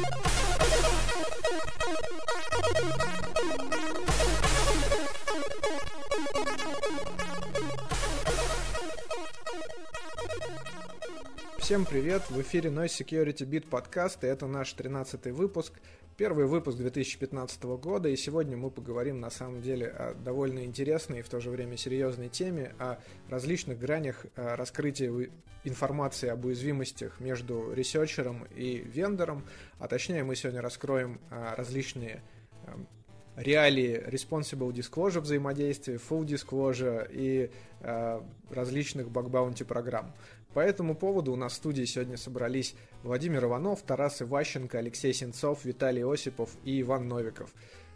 Всем привет! В эфире Noise Security Beat подкаст, и это наш 13-й выпуск. Первый выпуск 2015 года, и сегодня мы поговорим на самом деле о довольно интересной и в то же время серьезной теме, о различных гранях раскрытия информации об уязвимостях между ресерчером и вендором, а точнее мы сегодня раскроем различные реалии Responsible Disclosure взаимодействия, Full Disclosure и различных баг-баунти программ. По этому поводу у нас в студии сегодня собрались Владимир Иванов, Тарас Иващенко, Алексей Сенцов, Виталий Осипов и Иван Новиков.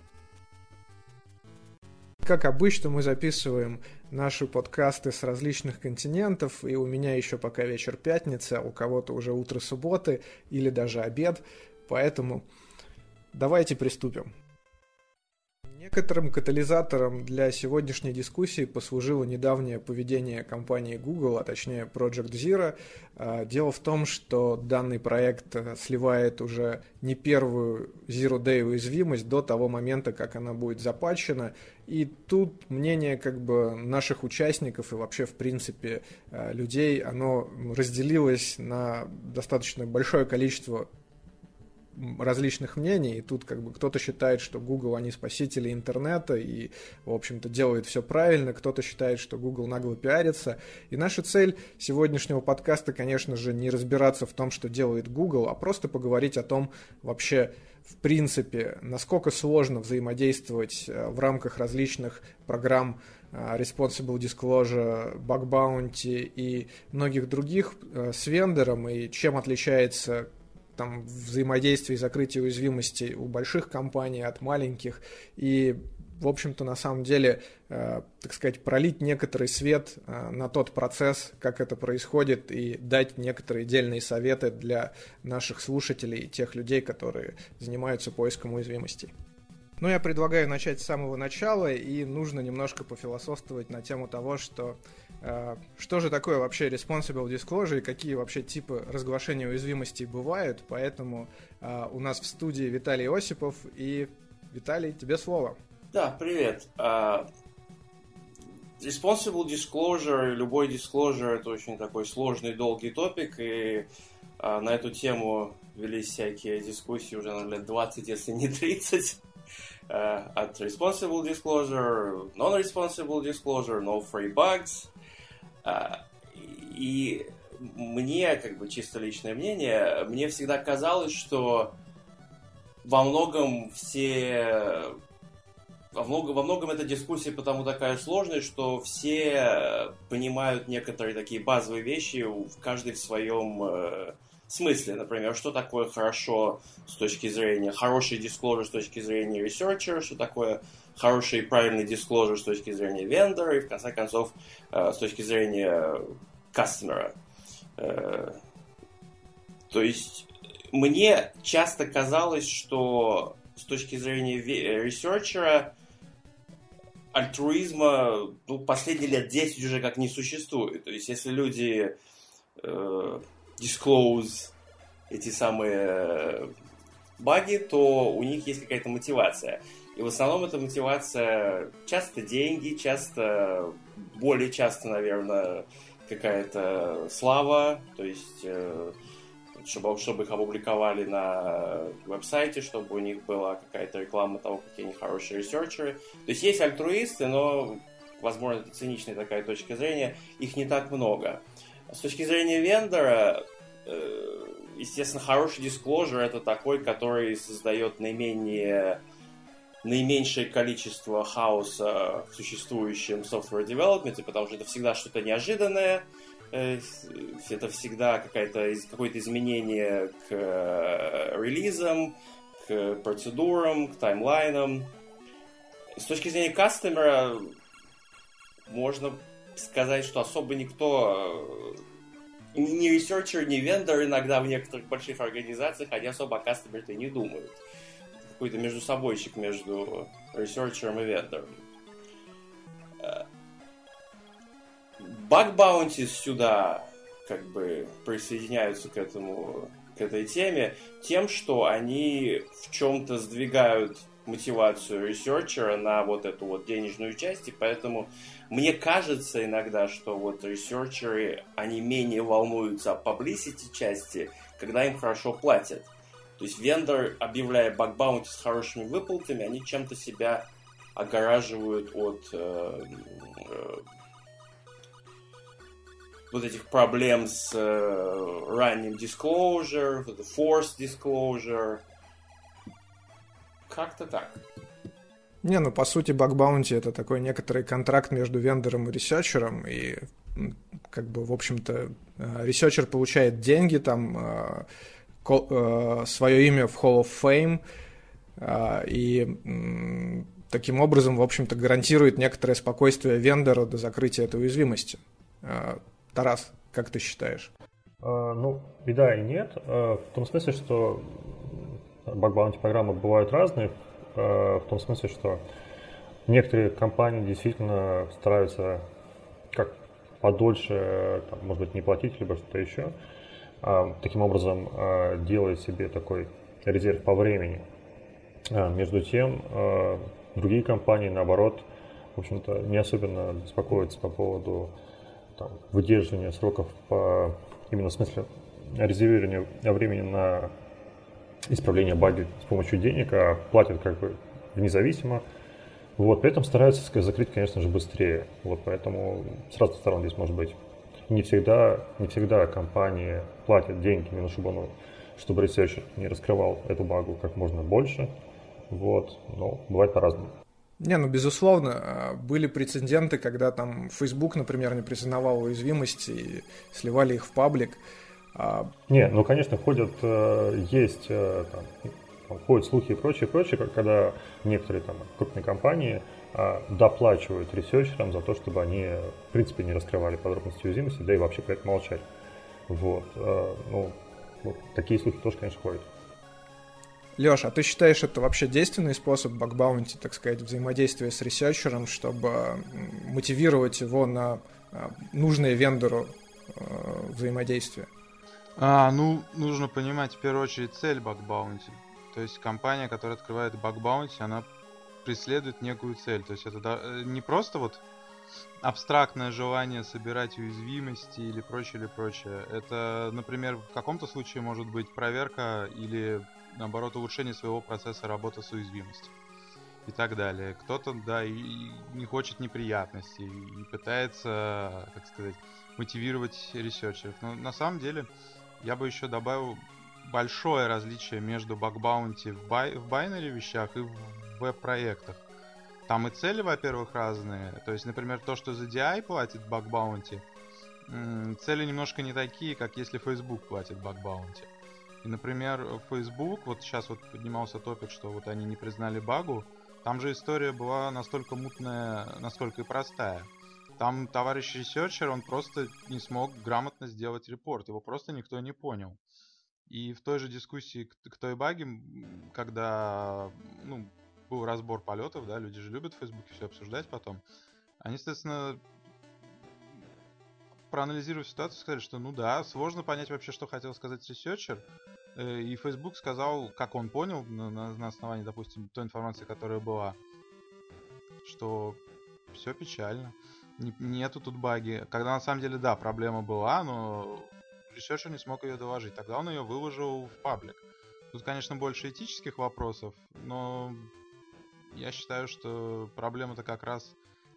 Как обычно, мы записываем наши подкасты с различных континентов, и у меня еще пока вечер пятницы, а у кого-то уже утро субботы или даже обед, поэтому давайте приступим. Некоторым катализатором для сегодняшней дискуссии послужило недавнее поведение компании Google, а точнее Project Zero. Дело в том, что данный проект сливает уже не первую Zero Day уязвимость до того момента, как она будет запатчена. И тут мнение наших участников и вообще в принципе людей, оно разделилось на достаточно большое количество различных мнений, и тут кто-то считает, что Google, они спасители интернета и, в общем-то, делают все правильно, кто-то считает, что Google нагло пиарится, и наша цель сегодняшнего подкаста, конечно же, не разбираться в том, что делает Google, а просто поговорить о том, вообще, в принципе, насколько сложно взаимодействовать в рамках различных программ Responsible Disclosure, Bug Bounty и многих других с вендором, и чем отличается взаимодействие и закрытие уязвимостей у больших компаний от маленьких, и, в общем-то, на самом деле, пролить некоторый свет на тот процесс, как это происходит, и дать некоторые дельные советы для наших слушателей и тех людей, которые занимаются поиском уязвимостей. Я предлагаю начать с самого начала, и нужно немножко пофилософствовать на тему того, что же такое вообще Responsible Disclosure и какие вообще типы разглашения уязвимостей бывают. Поэтому у нас в студии Виталий Осипов. И, Виталий, тебе слово. Да, привет. Responsible Disclosure, любой disclosure — это очень такой сложный, долгий топик, и на эту тему велись всякие дискуссии уже на лет 20, если не 30. От Responsible Disclosure, Non-Responsible Disclosure, No Free Bugs. И мне, чисто личное мнение, мне всегда казалось, что во многом эта дискуссия потому такая сложная, что все понимают некоторые такие базовые вещи, каждый в своем смысле. Например, что такое хорошо с точки зрения, хороший disclosure с точки зрения researcher, что такое хороший и правильный disclosure с точки зрения вендора и, в конце концов, с точки зрения customer. То есть, мне часто казалось, что с точки зрения researcher альтруизма последние лет 10 уже как не существует. То есть, если люди disclose эти самые баги, то у них есть какая-то мотивация. И в основном эта мотивация часто деньги, более часто, наверное, какая-то слава, то есть чтобы их опубликовали на веб-сайте, чтобы у них была какая-то реклама того, какие они хорошие ресерчеры. То есть есть альтруисты, но, возможно, это циничная такая точка зрения, их не так много. С точки зрения вендора, естественно, хороший disclosure — это такой, который создает наименьшее количество хаоса в существующем software development, потому что это всегда что-то неожиданное, это всегда какое-то изменение к релизам, к процедурам, к таймлайнам. С точки зрения кастомера можно сказать, что особо никто, ни ресерчер, ни вендор иногда в некоторых больших организациях, они особо о кастомере-то и не думают. Это какой-то междусобойчик между ресерчером и вендором. Bug bounties сюда присоединяются к этому к этой теме тем, что они в чем-то сдвигают мотивацию ресерчера на вот эту вот денежную часть, и поэтому мне кажется иногда, что вот ресерчеры, они менее волнуются о publicity части, когда им хорошо платят. То есть вендор, объявляя баг-баунти с хорошими выплатами, они чем-то себя огораживают от вот этих проблем с ранним disclosure, forced disclosure. Как-то так. Не, ну по сути баг-баунти это такой некоторый контракт между вендором и ресерчером, и как бы, в общем-то, ресерчер получает деньги, там, свое имя в Hall of Fame, и таким образом, в общем-то, гарантирует некоторое спокойствие вендора до закрытия этой уязвимости. Тарас, как ты считаешь? Ну, и да, и нет. В том смысле, что баг-баунти программы бывают разные, в том смысле, что некоторые компании действительно стараются как подольше, там, может быть, не платить, либо что-то еще. Таким образом, делают себе такой резерв по времени. Между тем, другие компании, наоборот, в общем-то, не особенно беспокоятся по поводу там, выдерживания сроков, именно в смысле резервирования времени на исправление баги с помощью денег, а платят как бы независимо. Вот, при этом стараются закрыть, конечно же, быстрее. Вот, поэтому с разных сторон здесь может быть. Не всегда компании платят деньги, именно чтобы ресерчер не раскрывал эту багу как можно больше. Вот, но бывает по-разному. Не, ну, безусловно, были прецеденты, когда там Facebook, например, не признавал уязвимости и сливали их в паблик. Не, ну, конечно, ходят слухи и прочее, когда некоторые там крупные компании доплачивают ресерчерам за то, чтобы они, в принципе, не раскрывали подробности уязвимости, да и вообще про это молчали. Вот, вот такие слухи тоже, конечно, ходят. Лёш, а ты считаешь, это вообще действенный способ баг-баунти, так сказать, взаимодействия с ресерчером, чтобы мотивировать его на нужное вендору взаимодействие? Ну, нужно понимать в первую очередь цель баг-баунти. То есть компания, которая открывает баг-баунти, она преследует некую цель. То есть это не просто вот абстрактное желание собирать уязвимости или прочее. Это, например, в каком-то случае может быть проверка или, наоборот, улучшение своего процесса работы с уязвимостью и так далее. Кто-то, да, и не хочет неприятностей и пытается, как сказать, мотивировать ресерчеров. Но на самом деле я бы еще добавил большое различие между баг-баунти в байнери вещах и в веб-проектах. Там и цели, во-первых, разные. То есть, например, то, что ZDI платит баг-баунти, цели немножко не такие, как если Facebook платит баг-баунти. И, например, Facebook, вот сейчас вот поднимался топик, что вот они не признали багу, там же история была настолько мутная, насколько и простая. Там товарищ ресерчер, он просто не смог грамотно сделать репорт, его просто никто не понял. И в той же дискуссии к той баге, когда был разбор полетов, да, люди же любят в Фейсбуке все обсуждать потом, они, естественно, проанализировав ситуацию, сказали, что ну да, сложно понять вообще, что хотел сказать ресерчер, и Facebook сказал, как он понял, на основании, допустим, той информации, которая была, что все печально, нету тут баги. Когда на самом деле, да, проблема была, но ресерчер не смог ее доложить. Тогда он ее выложил в паблик. Тут, конечно, больше этических вопросов, но я считаю, что проблема-то как раз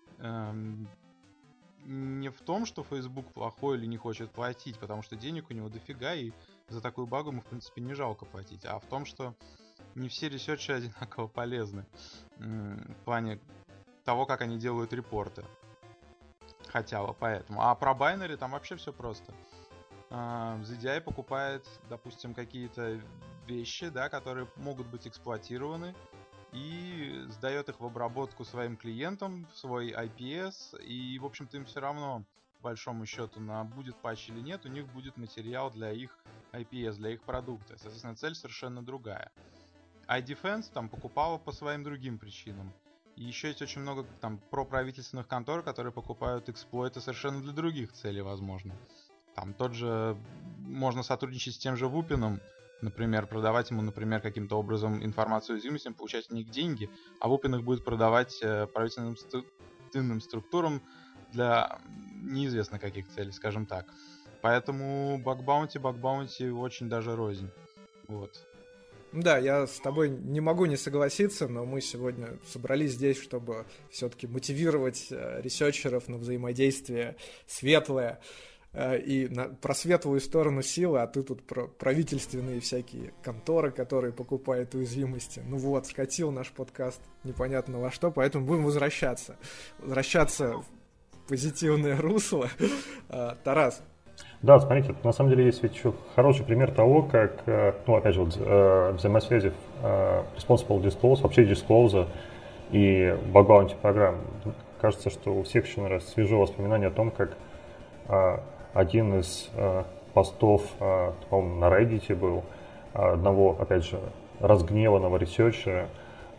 не в том, что Facebook плохой или не хочет платить, потому что денег у него дофига, и за такую багу ему, в принципе, не жалко платить, а в том, что не все ресерчеры одинаково полезны в плане того, как они делают репорты. Хотя бы поэтому. А про байнери там вообще все просто. ZDI покупает, допустим, какие-то вещи, да, которые могут быть эксплуатированы, и сдает их в обработку своим клиентам, в свой IPS, и, в общем-то, им все равно, по большому счету, будет патч или нет, у них будет материал для их IPS, для их продукта. Соответственно, цель совершенно другая. iDefense там покупала по своим другим причинам. И еще есть очень много там проправительственных контор, которые покупают эксплойты совершенно для других целей, возможно. Там тот же, можно сотрудничать с тем же Вупином например, продавать ему, например, каким-то образом информацию о уязвимости, получать от них деньги, а Whooping их будет продавать правительственным структурам для неизвестно каких целей, скажем так. Поэтому баг-баунти очень даже рознь. Вот. Да, я с тобой не могу не согласиться, но мы сегодня собрались здесь, чтобы все-таки мотивировать ресерчеров на взаимодействие светлое и про светлую сторону силы, а ты тут про правительственные всякие конторы, которые покупают уязвимости. Ну вот, скатил наш подкаст непонятно во что, поэтому будем возвращаться в позитивное русло. Тарас. Да, смотрите, на самом деле есть ведь еще хороший пример того, как, опять же, взаимосвязи Responsible Disclose, вообще Disclose и Bug Bounty программ. Кажется, что у всех еще, наверное, свежее воспоминание о том, как один из постов, по-моему, на Reddit был, одного, опять же, разгневанного ресерчера,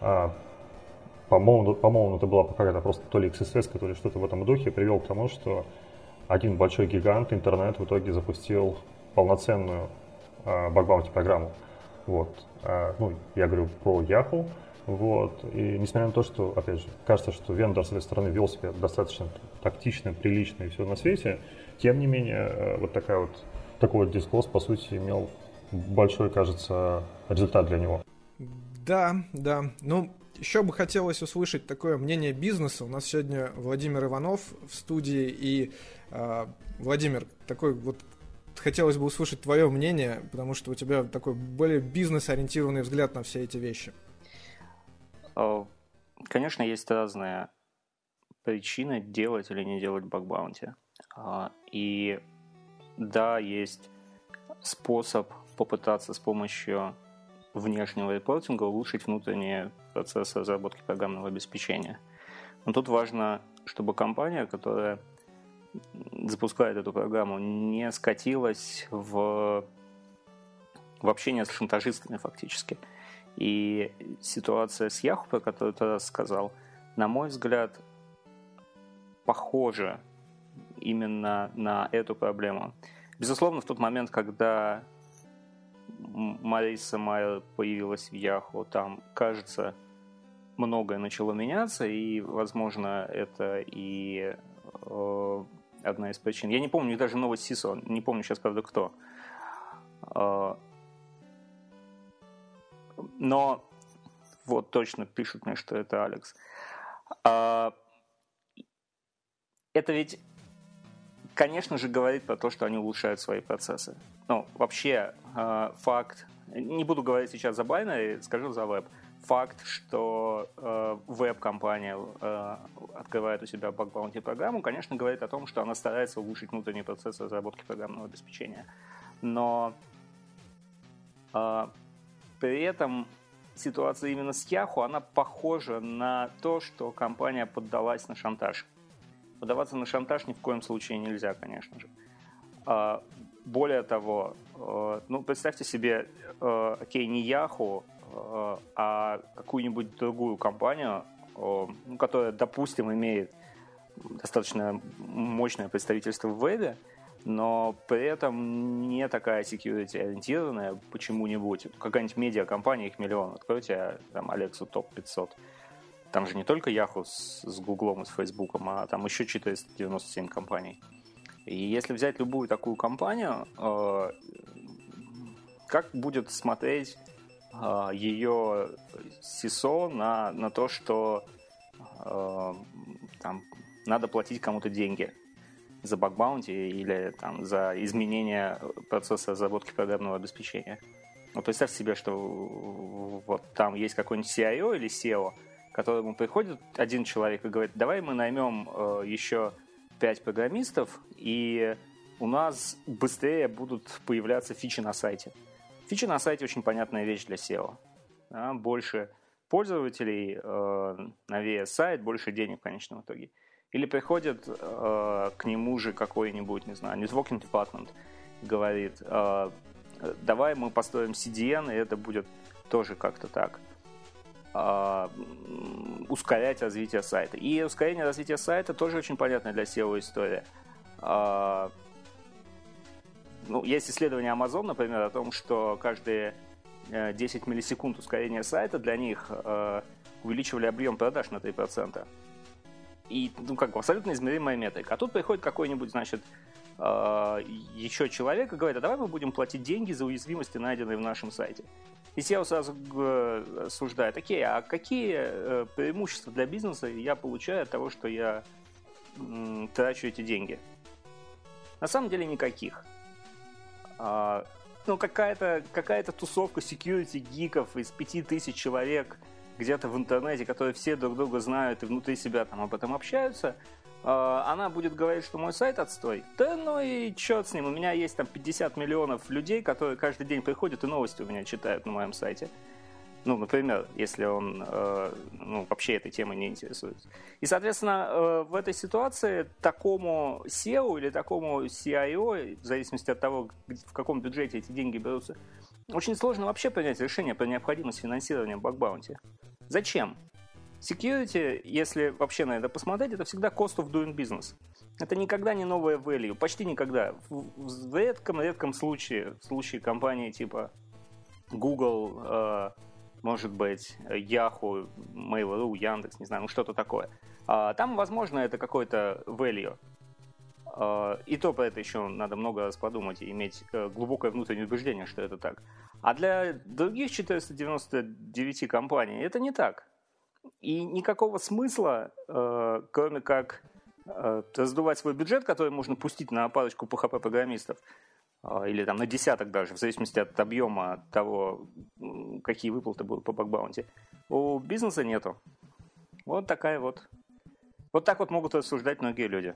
по-моему, это была какая-то просто то ли XSS, то ли что-то в этом духе, привел к тому, что один большой гигант интернет в итоге запустил полноценную баг-баунти программу. Вот. Я говорю про Yahoo. Вот. И несмотря на то, что, опять же, кажется, что вендор с этой стороны вел себя достаточно тактично, прилично и все на свете, тем не менее, такой вот дисклосс, по сути, имел большой, кажется, результат для него. Да. Ну, еще бы хотелось услышать такое мнение бизнеса. У нас сегодня Владимир Иванов в студии. И, Владимир, такой вот хотелось бы услышать твое мнение, потому что у тебя такой более бизнес-ориентированный взгляд на все эти вещи. Конечно, есть разные причины делать или не делать баг-баунти. И да, есть способ попытаться с помощью внешнего репортинга улучшить внутренние процессы разработки программного обеспечения. Но тут важно, чтобы компания, которая запускает эту программу, не скатилась в общение с шантажистами фактически. И ситуация с Yahoo, про которую ты рассказал, на мой взгляд, похожа именно на эту проблему. Безусловно, в тот момент, когда Мариса Майер появилась в Yahoo, там, кажется, многое начало меняться, и, возможно, это и одна из причин. Я не помню, у них даже новый CISO, не помню сейчас, правда, кто. Но вот точно пишут мне, что это Алекс. Это ведь, конечно же, говорит про то, что они улучшают свои процессы. Ну, вообще, факт, не буду говорить сейчас за Binary, скажу за веб. Факт, что веб-компания открывает у себя баг-баунти программу, конечно, говорит о том, что она старается улучшить внутренние процессы разработки программного обеспечения. Но при этом ситуация именно с Yahoo, она похожа на то, что компания поддалась на шантаж. Поддаваться на шантаж ни в коем случае нельзя, конечно же. Более того, представьте себе, не Yahoo, а какую-нибудь другую компанию, которая, допустим, имеет достаточно мощное представительство в вебе, но при этом не такая security-ориентированная почему-нибудь. Какая-нибудь медиакомпания, их миллион. Откройте там Алексу топ-500. Там же не только Yahoo с Гуглом и с Фейсбуком, а там еще 497 компаний. И если взять любую такую компанию, как будет смотреть ее CISO на то, что там надо платить кому-то деньги за баг-баунти или там, за изменение процесса разработки программного обеспечения. Вот представьте себе, что вот там есть какой-нибудь CIO или SEO, к которому приходит один человек и говорит: давай мы наймем еще 5 программистов, и у нас быстрее будут появляться фичи на сайте. Фичи на сайте очень понятная вещь для SEO. Да, больше пользователей, новее сайт, больше денег в конечном итоге. Или приходит к нему же какой-нибудь, не знаю, networking department, говорит: давай мы построим CDN, и это будет тоже как-то так ускорять развитие сайта. И ускорение развития сайта тоже очень понятная для SEO история. есть исследование Amazon, например, о том, что каждые 10 миллисекунд ускорения сайта для них увеличивали объем продаж на 3%. И, абсолютно измеримая метрика. А тут приходит какой-нибудь, еще человек и говорит, а давай мы будем платить деньги за уязвимости, найденные в нашем сайте. И SEO сразу рассуждает, окей, а какие преимущества для бизнеса я получаю от того, что я трачу эти деньги? На самом деле никаких. Какая-то тусовка security-гиков из 5000 человек где-то в интернете, которые все друг друга знают и внутри себя там об этом общаются, она будет говорить, что мой сайт отстой. Да ну и черт с ним, у меня есть там 50 миллионов людей, которые каждый день приходят и новости у меня читают на моем сайте. Например, если он вообще этой темой не интересуется. И, соответственно, в этой ситуации такому SEO или такому CIO, в зависимости от того, в каком бюджете эти деньги берутся, очень сложно вообще принять решение про необходимость финансирования баг-баунти. Зачем? Security, если вообще на это посмотреть, это всегда cost of doing business. Это никогда не новая value, почти никогда. В редком случае, в случае компании типа Google, может быть, Yahoo, Mail.ru, Яндекс, не знаю, что-то такое. Там, возможно, это какой-то value. И то про это еще надо много раз подумать и иметь глубокое внутреннее убеждение, что это так. А для других 499 компаний это не так. И никакого смысла, кроме как раздувать свой бюджет, который можно пустить на парочку PHP-программистов, или там на десяток даже, в зависимости от объема, от того, какие выплаты будут по баг-баунти, у бизнеса нету. Вот такая вот. Вот так вот могут рассуждать многие люди.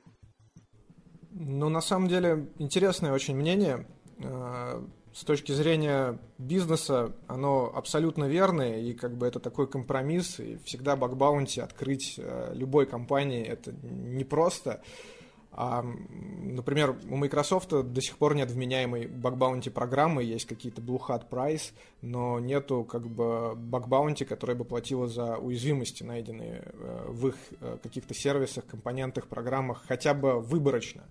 На самом деле, интересное очень мнение. С точки зрения бизнеса оно абсолютно верное, и это такой компромисс, и всегда баг-баунти открыть любой компании это непросто. Например, у Microsoft до сих пор нет вменяемой баг-баунти программы, есть какие-то Blue Hat Price, но нету баг-баунти, которая бы платила за уязвимости, найденные в их каких-то сервисах, компонентах, программах, хотя бы выборочно.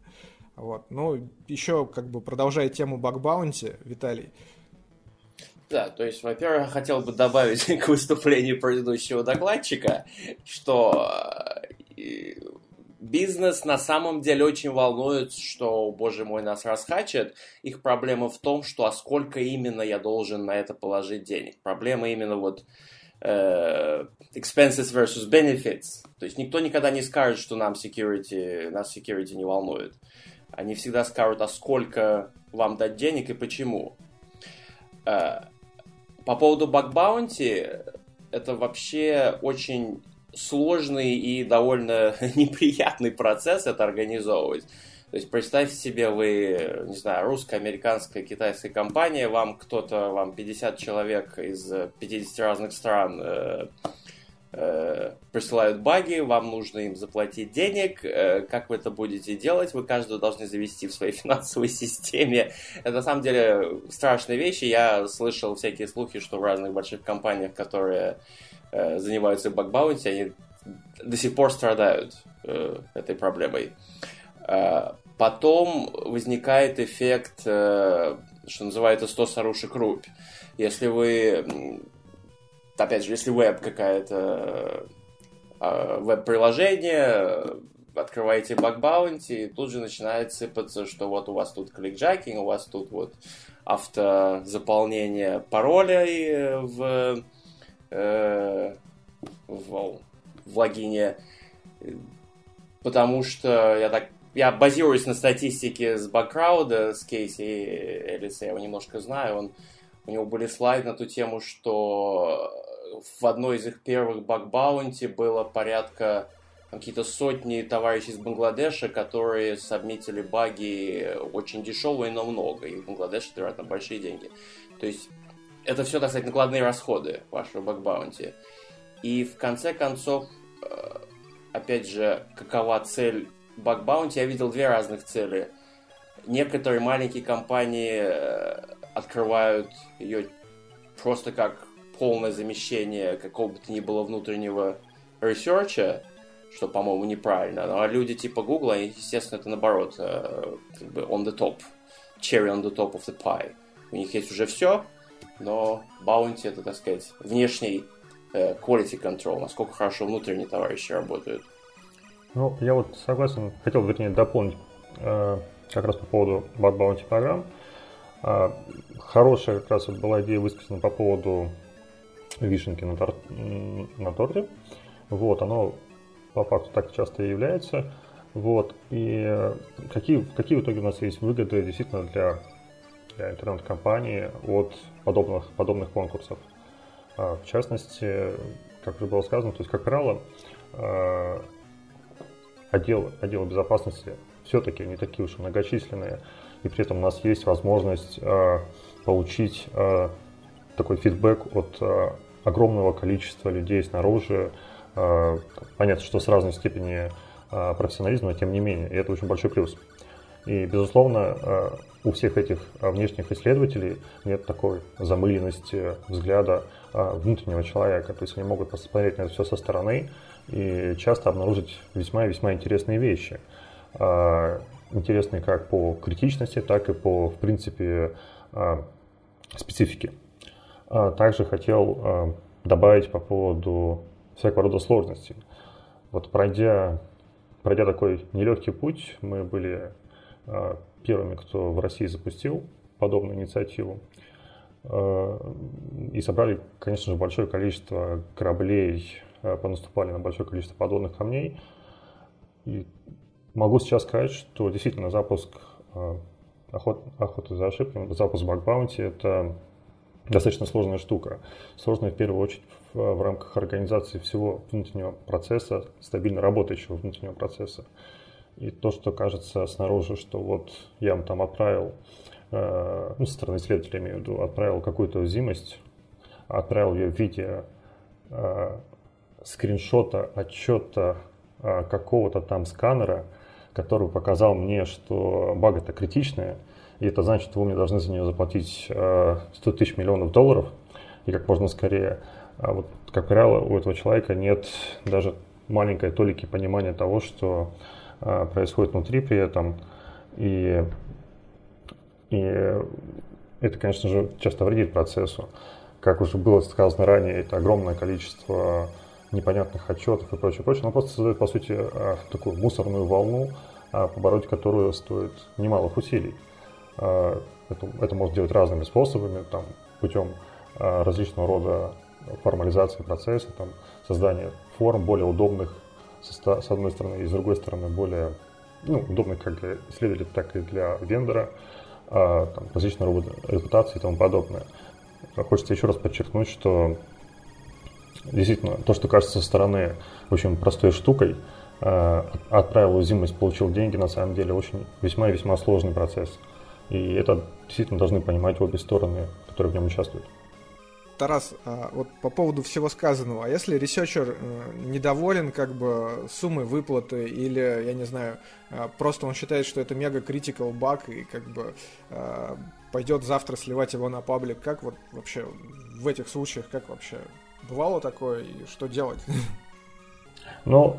Еще продолжая тему баг-баунти, Виталий. Да, то есть, во-первых, я хотел бы добавить к выступлению предыдущего докладчика, что бизнес на самом деле очень волнует, что, боже мой, нас расхачат. Их проблема в том, что а сколько именно я должен на это положить денег. Проблема именно expenses versus benefits. То есть никто никогда не скажет, что нас security не волнует. Они всегда скажут, а сколько вам дать денег и почему. По поводу баг-баунти, это вообще очень сложный и довольно неприятный процесс это организовывать. То есть представьте себе, вы, не знаю, русская, американская, китайская компания, вам 50 человек из 50 разных стран присылают баги, вам нужно им заплатить денег. Как вы это будете делать? Вы каждого должны завести в своей финансовой системе. Это на самом деле страшные вещи. Я слышал всякие слухи, что в разных больших компаниях, которые занимаются баг-баунти, они до сих пор страдают этой проблемой. Потом возникает эффект, что называется, 100 старушек рубь. Если вы, опять же, если веб-какая-то, веб-приложение, открываете баг-баунти, и тут же начинает сыпаться, что вот у вас тут кликджакинг, у вас тут вот автозаполнение паролей в логине, потому что я базируюсь на статистике с Bugcrowd, с Кейси Элиса, я его немножко знаю, у него были слайды на ту тему, что в одной из их первых баг-баунти было порядка какие-то сотни товарищей из Бангладеша, которые сабмитили баги очень дешевые, но много, и в Бангладеше, вероятно, большие деньги. То есть это все, так сказать, накладные расходы вашего баг-баунти. И в конце концов, опять же, какова цель баг-баунти? Я видел две разных цели. Некоторые маленькие компании открывают ее просто как полное замещение какого бы то ни было внутреннего ресерча, что, по-моему, неправильно. А люди типа Google, естественно, это наоборот, on the top. cherry on the top of the pie. У них есть уже все, но bounty это, так сказать, внешний quality control, насколько хорошо внутренние товарищи работают. Ну, я вот согласен, хотел, вернее, дополнить как раз по поводу bug bounty программ. Хорошая как раз вот была идея высказана по поводу вишенки на торте. Вот, оно по факту так часто и является. Вот, и какие в итоге у нас есть выгоды действительно для интернет-компании от подобных конкурсов? В частности, как уже было сказано, то есть, как правило, отделы безопасности все-таки не такие уж многочисленные, и при этом у нас есть возможность получить такой фидбэк от огромного количества людей снаружи. Понятно, что с разной степенью профессионализма, но тем не менее, и это очень большой плюс. И, безусловно, у всех этих внешних исследователей нет такой замыленности взгляда внутреннего человека. То есть они могут посмотреть на это все со стороны и часто обнаружить весьма и весьма интересные вещи. Интересные как по критичности, так и по, в принципе, специфике. Также хотел добавить по поводу всякого рода сложностей. Вот пройдя такой нелегкий путь, мы были первыми, кто в России запустил подобную инициативу. И собрали, конечно же, большое количество кораблей, понаступали на большое количество подводных камней. И могу сейчас сказать, что действительно запуск охоты за ошибками, запуск Bug Bounty — это достаточно сложная штука. Сложная в первую очередь в рамках организации всего внутреннего процесса, стабильно работающего внутреннего процесса. И то, что кажется снаружи, что вот я вам там отправил, со стороны исследователя имею в виду, отправил какую-то уязвимость, отправил ее в виде скриншота, отчета какого-то там сканера, который показал мне, что баг это критичная, и это значит, что вы мне должны за нее заплатить 100 тысяч миллионов долларов, и как можно скорее. А вот, как правило, у этого человека нет даже маленькой толики понимания того, что происходит внутри при этом. И это, конечно же, часто вредит процессу. Как уже было сказано ранее, это огромное количество непонятных отчетов и прочее. Оно просто создает, по сути, такую мусорную волну, побороть которую стоит немалых усилий. Это можно делать разными способами, там, путем различного рода формализации процесса, там, создания форм более удобных с одной стороны, и с другой стороны более удобных как для исследователя, так и для вендора, там, различного рода репутации и тому подобное. Хочется еще раз подчеркнуть, что действительно то, что кажется со стороны очень простой штукой, отправил уязвимость, получил деньги, на самом деле очень весьма и весьма сложный процесс. И это действительно должны понимать обе стороны, которые в нем участвуют. Тарас, вот по поводу всего сказанного, а если ресерчер недоволен как бы суммой выплаты или, я не знаю, просто он считает, что это мега-критикал баг и как бы пойдет завтра сливать его на паблик, как вот вообще в этих случаях, как вообще бывало такое и что делать? Ну,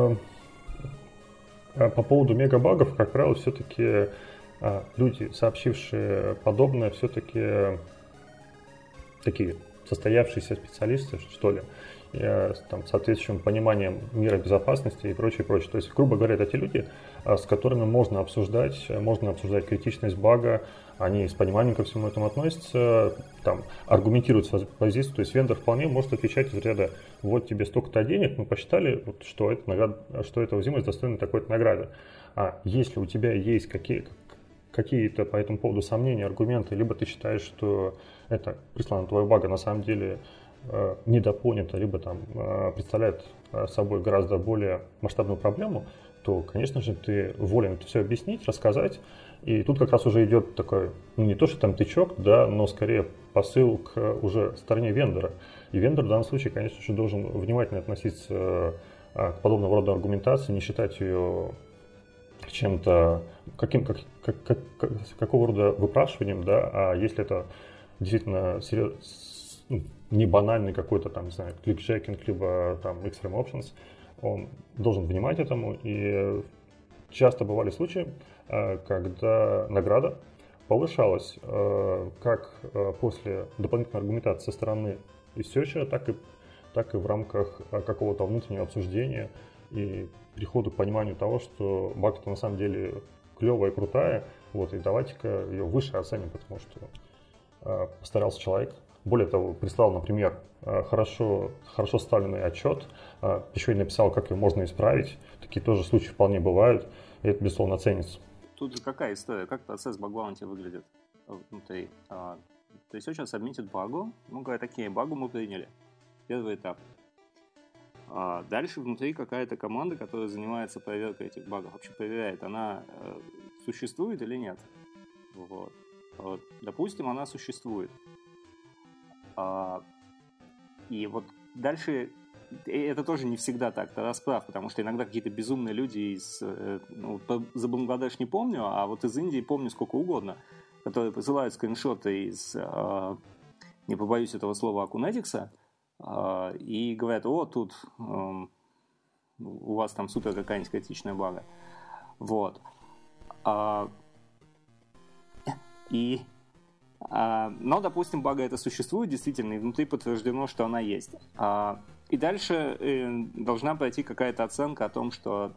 по поводу мегабагов, как правило, все-таки люди, сообщившие подобное, все-таки такие состоявшиеся специалисты, что ли, там, с соответствующим пониманием мира безопасности и прочее, прочее. То есть, грубо говоря, это те люди, с которыми можно обсуждать критичность бага, они с пониманием ко всему этому относятся, там, аргументируют свою позицию, то есть вендор вполне может отвечать из ряда: вот тебе столько-то денег, мы посчитали, вот, что эта уязвимость достойна такой-то награды. А если у тебя есть какие-то по этому поводу сомнения, аргументы, либо ты считаешь, что это прислано твоего бага на самом деле недопонято, либо там представляет собой гораздо более масштабную проблему, то, конечно же, ты волен это все объяснить, рассказать. И тут как раз уже идет такой, не то, что там тычок, да, но скорее посыл к уже стороне вендора. И вендор в данном случае, конечно же, должен внимательно относиться к подобного рода аргументации, не считать ее чем-то, какого рода выпрашиванием, да, а если это действительно не банальный какой-то там, не знаю, клик-чекинг, либо там extreme options, он должен внимать этому. И часто бывали случаи, когда награда повышалась как после дополнительной аргументации со стороны ресерчера, так и в рамках какого-то внутреннего обсуждения и перехода к пониманию того, что баг-то на самом деле клевая и крутая, вот, и давайте-ка ее выше оценим, потому что постарался человек. Более того, прислал, например, хорошо составленный отчет, еще и написал, как ее можно исправить. Такие тоже случаи вполне бывают, и это, безусловно, ценится. Тут же какая история, как процесс баг-баунти выглядит внутри? То есть сейчас обмитит багу, говорят, такие, багу мы приняли. Первый этап. Дальше внутри какая-то команда, которая занимается проверкой этих багов, вообще проверяет, она существует или нет. Вот. Допустим, она существует. И вот дальше это тоже не всегда так, это расправ, потому что иногда какие-то безумные люди за Бангладеш не помню, а вот из Индии помню сколько угодно, которые посылают скриншоты из, не побоюсь этого слова, Акунетикса, и говорят, тут у вас там супер какая-нибудь критичная бага. Вот. Но, допустим, бага это существует действительно, и внутри подтверждено, что она есть. И дальше должна пройти какая-то оценка о том, что,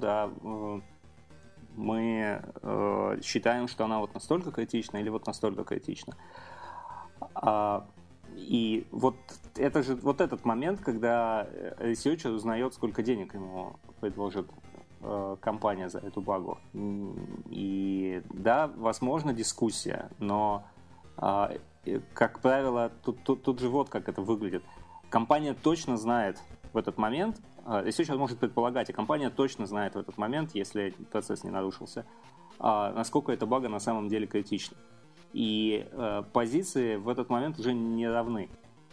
мы считаем, что она вот настолько критична или вот настолько критична. И вот это же вот этот момент, когда ресерчер узнает, сколько денег ему предложит компания за эту багу. И да, возможно, дискуссия, но, как правило, тут же вот как это выглядит. Компания точно знает в этот момент, ресерчер может предполагать, и компания точно знает в этот момент, если процесс не нарушился, насколько эта бага на самом деле критична. И позиции в этот момент уже не равны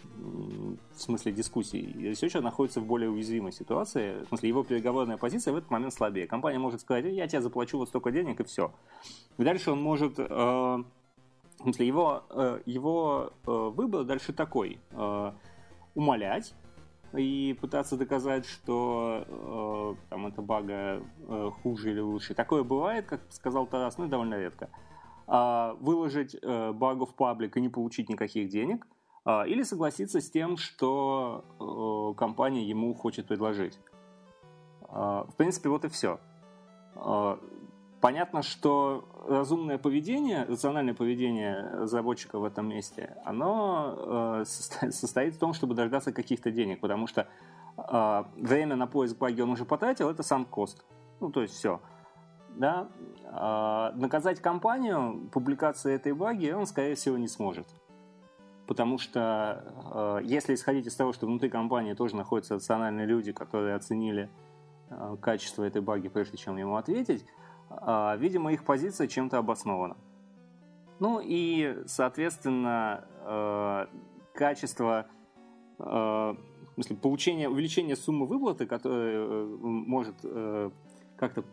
в смысле дискуссий. Ресерчер находится в более уязвимой ситуации, в смысле его переговорная позиция в этот момент слабее. Компания может сказать, я тебе заплачу вот столько денег и все. И дальше он может, в смысле его выбор дальше такой: умалять и пытаться доказать, что там эта бага хуже или лучше. Такое бывает, как сказал Тарас, но довольно редко. Выложить багу в паблик и не получить никаких денег, или согласиться с тем, что компания ему хочет предложить. В принципе, вот и все. Понятно, что разумное поведение, рациональное поведение разработчика в этом месте, оно состоит в том, чтобы дождаться каких-то денег, потому что время на поиск баги он уже потратил, это sunk cost. То есть все. Да? Наказать компанию публикацией этой баги он, скорее всего, не сможет. Потому что если исходить из того, что внутри компании тоже находятся рациональные люди, которые оценили качество этой баги, прежде чем ему ответить, видимо, их позиция чем-то обоснована. И, соответственно, качество, в смысле, увеличение суммы выплаты, которая может как-то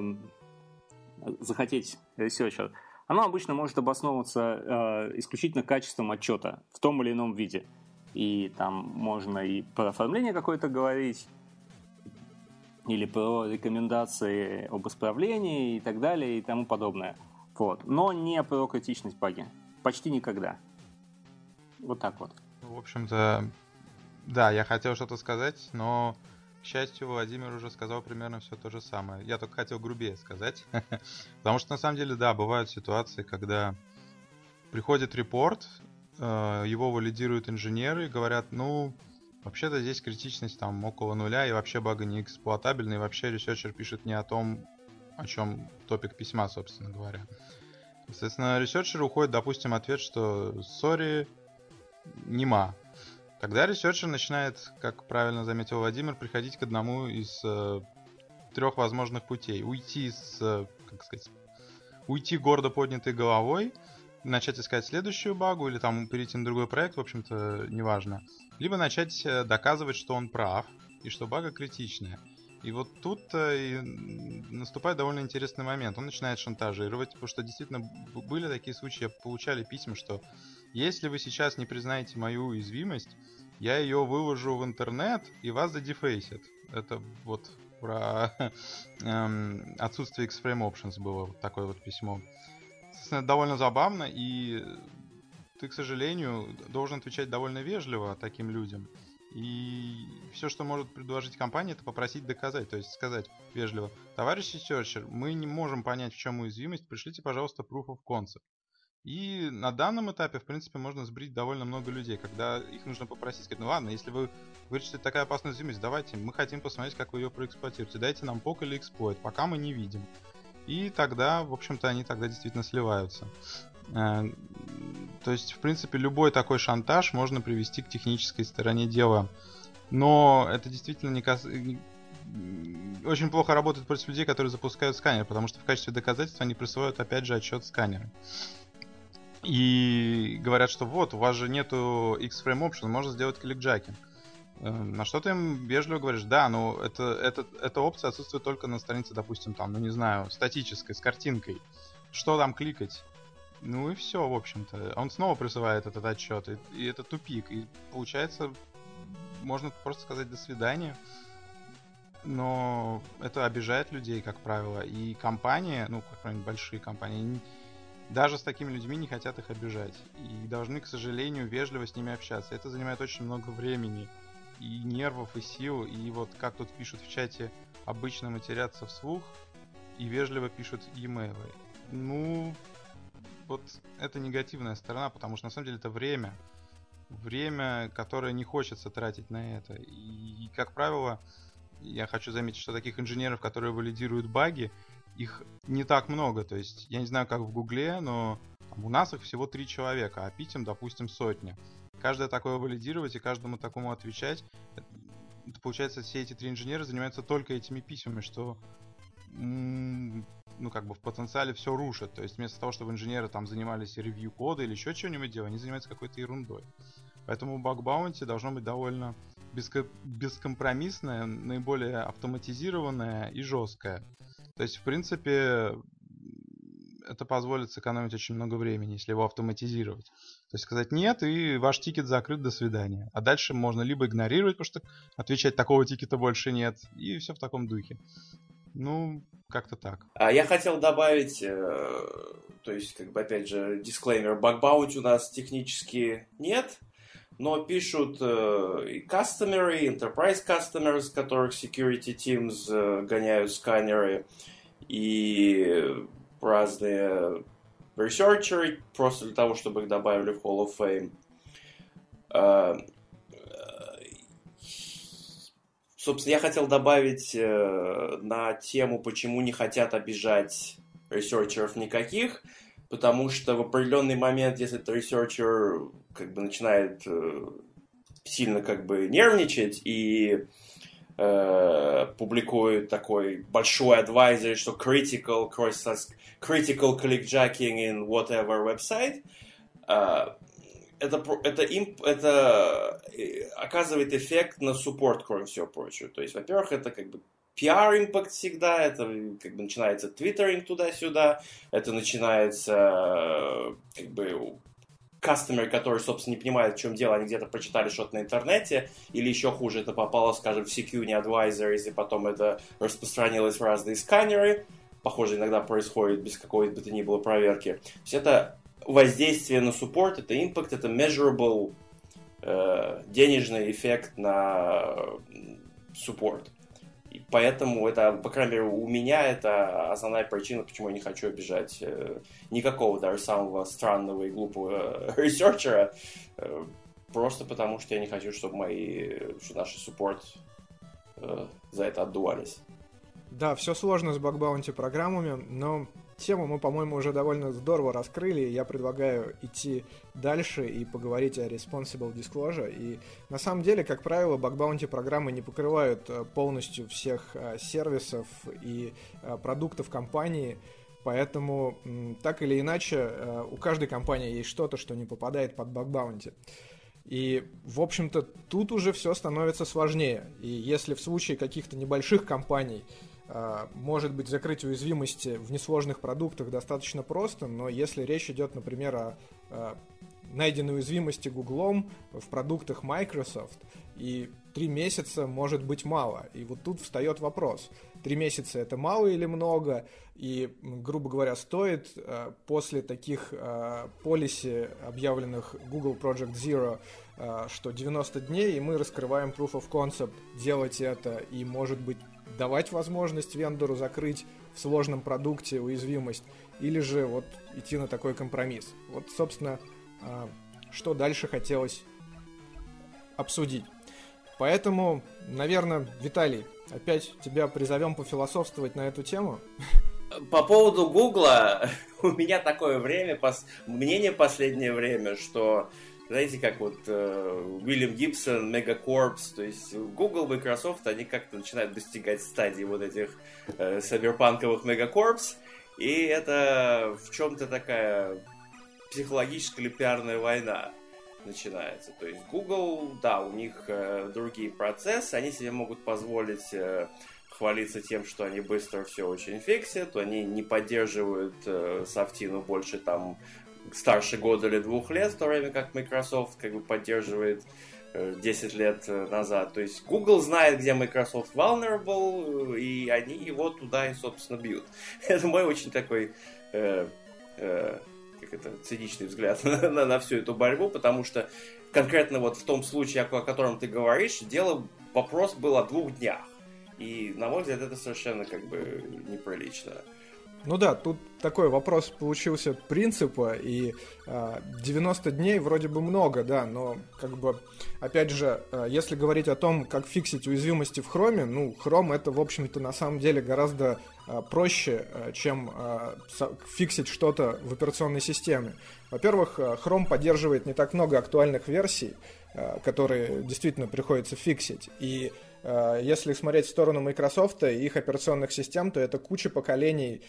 захотеть ресерчер, оно обычно может обосновываться исключительно качеством отчета в том или ином виде. И там можно и про оформление какое-то говорить, или про рекомендации об исправлении и так далее и тому подобное. Вот. Но не про критичность баги. Почти никогда. Вот так вот. В общем-то, да, я хотел что-то сказать, но, к счастью, Владимир уже сказал примерно все то же самое. Я только хотел грубее сказать. Потому что, на самом деле, да, бывают ситуации, когда приходит репорт, его валидируют инженеры и говорят, вообще-то здесь критичность там около нуля, и вообще бага не эксплуатабельна, и вообще ресерчер пишет не о том, о чем топик письма, собственно говоря. Соответственно, ресерчеру уходит, допустим, ответ, что sorry, нема. Тогда ресерчер начинает, как правильно заметил Владимир, приходить к одному из 3 возможных путей. Уйти гордо поднятой головой, начать искать следующую багу или там перейти на другой проект, в общем-то, неважно. Либо начать доказывать, что он прав и что бага критичная. И вот тут и наступает довольно интересный момент. Он начинает шантажировать, потому что действительно были такие случаи, получали письма, что если вы сейчас не признаете мою уязвимость, я ее выложу в интернет и вас задефейсят. Это вот про отсутствие X-Frame Options было вот такое вот письмо. Соответственно, это довольно забавно, и ты, к сожалению, должен отвечать довольно вежливо таким людям. И все, что может предложить компания, это попросить доказать. То есть сказать вежливо: товарищ ресерчер, мы не можем понять, в чем уязвимость, пришлите, пожалуйста, proof of concept. И на данном этапе, в принципе, можно сбрить довольно много людей, когда их нужно попросить, сказать: ну ладно, если вы говорите, что это такая опасная уязвимость, давайте, мы хотим посмотреть, как вы ее проэксплуатируете, дайте нам POC или эксплойт, пока мы не видим. И тогда, в общем-то, они тогда действительно сливаются. То есть, в принципе, любой такой шантаж можно привести к технической стороне дела. Но это действительно очень плохо работает против людей, которые запускают сканер, потому что в качестве доказательства они присваивают, опять же, отчет сканера. И говорят, что вот, у вас же нету X-Frame Option, можно сделать кликджакинг. На что ты им вежливо говоришь: да, но эта опция отсутствует только на странице, допустим, там, ну не знаю, статической, с картинкой. Что там кликать? Ну и все, в общем-то. Он снова присылает этот отчет, и это тупик. И получается, можно просто сказать до свидания. Но это обижает людей, как правило. И компании, ну, как правило, большие компании, даже с такими людьми не хотят их обижать. И должны, к сожалению, вежливо с ними общаться. Это занимает очень много времени, и нервов, и сил. И вот как тут пишут в чате, обычно матерятся вслух и вежливо пишут e-mail. Ну, вот это негативная сторона, потому что на самом деле это время. Время, которое не хочется тратить на это. И как правило, я хочу заметить, что таких инженеров, которые валидируют баги, их не так много. То есть, я не знаю, как в Гугле, но там, у нас их всего 3 человека, а питим, допустим, 100. Каждое такое валидировать и каждому такому отвечать, это получается, все эти 3 инженера занимаются только этими письмами, что ну, как бы в потенциале все рушит. То есть, вместо того, чтобы инженеры там занимались ревью кода или еще что-нибудь делать, они занимаются какой-то ерундой. Поэтому баг-баунти должно быть довольно бескомпромиссное, наиболее автоматизированное и жесткое. То есть, в принципе, это позволит сэкономить очень много времени, если его автоматизировать. То есть сказать нет, и ваш тикет закрыт, до свидания. А дальше можно либо игнорировать, потому что отвечать такого тикета больше нет, и все в таком духе. Ну, как-то так. Я хотел добавить, то есть, как бы, опять же, дисклеймер, баг-баунти у нас технически нет, но пишут и customers, и enterprise customers, которых security teams гоняют сканеры, и разные researchers, просто для того, чтобы их добавили в Hall of Fame. Собственно, я хотел добавить на тему, почему не хотят обижать ресерчеров никаких, потому что в определенный момент, если этот ресерчер как бы начинает сильно как бы нервничать и публикует такой большой advisory, что critical clickjacking in whatever website, это оказывает эффект на суппорт, кроме всего прочего. То есть, во-первых, это как бы PR-импакт всегда, это как бы начинается твиттеринг туда-сюда, это начинается как бы кастомеры, которые, собственно, не понимают, в чем дело, они где-то прочитали что-то на интернете, или еще хуже, это попало, скажем, в CQ Advisories, и потом это распространилось в разные сканеры. Похоже, иногда происходит без какой бы то ни было проверки. То есть это воздействие на суппорт, это импакт, это measurable денежный эффект на суппорт. И поэтому это, по крайней мере, у меня это основная причина, почему я не хочу обижать никакого даже самого странного и глупого ресерчера, просто потому что я не хочу, чтобы наши суппорт за это отдувались. Да, все сложно с баг-баунти программами, но тему мы, по-моему, уже довольно здорово раскрыли. Я предлагаю идти дальше и поговорить о Responsible Disclosure. И на самом деле, как правило, баг-баунти программы не покрывают полностью всех сервисов и продуктов компании. Поэтому, так или иначе, у каждой компании есть что-то, что не попадает под баг-баунти. И, в общем-то, тут уже все становится сложнее. И если в случае каких-то небольших компаний может быть закрыть уязвимости в несложных продуктах достаточно просто, но если речь идет, например, о найдены уязвимости Гуглом в продуктах Microsoft, и 3 месяца может быть мало. И вот тут встает вопрос, 3 месяца это мало или много, и, грубо говоря, стоит после таких policy, объявленных Google Project Zero, что 90 дней, и мы раскрываем Proof of Concept, делать это, и, может быть, давать возможность вендору закрыть в сложном продукте уязвимость, или же вот идти на такой компромисс. Вот, собственно, что дальше хотелось обсудить. Поэтому, наверное, Виталий, опять тебя призовем пофилософствовать на эту тему. По поводу Гугла, у меня такое мнение последнее время, что, знаете, как вот Уильям Гибсон, Megacorps, то есть Google, Microsoft, они как-то начинают достигать стадии вот этих сайберпанковых Megacorps, и это в чем-то такая психологическая или пиарная война начинается. То есть Google, да, у них другие процессы, они себе могут позволить хвалиться тем, что они быстро все очень фиксят, они не поддерживают софтину больше там старше года или 2 лет, в то время как Microsoft как бы поддерживает 10 лет назад. То есть Google знает, где Microsoft vulnerable, и они его туда и, собственно, бьют. Это мой очень такой циничный взгляд на всю эту борьбу, потому что конкретно вот в том случае, о котором ты говоришь, вопрос был о 2 днях. И, на мой взгляд, это совершенно как бы неприлично. Ну да, тут такой вопрос получился принципа, и 90 дней вроде бы много, да, но как бы, опять же, если говорить о том, как фиксить уязвимости в Chrome, ну, Chrome это, в общем-то, на самом деле гораздо проще, чем фиксить что-то в операционной системе. Во-первых, Chrome поддерживает не так много актуальных версий, которые действительно приходится фиксить, и если смотреть в сторону Microsoft и их операционных систем, то это куча поколений,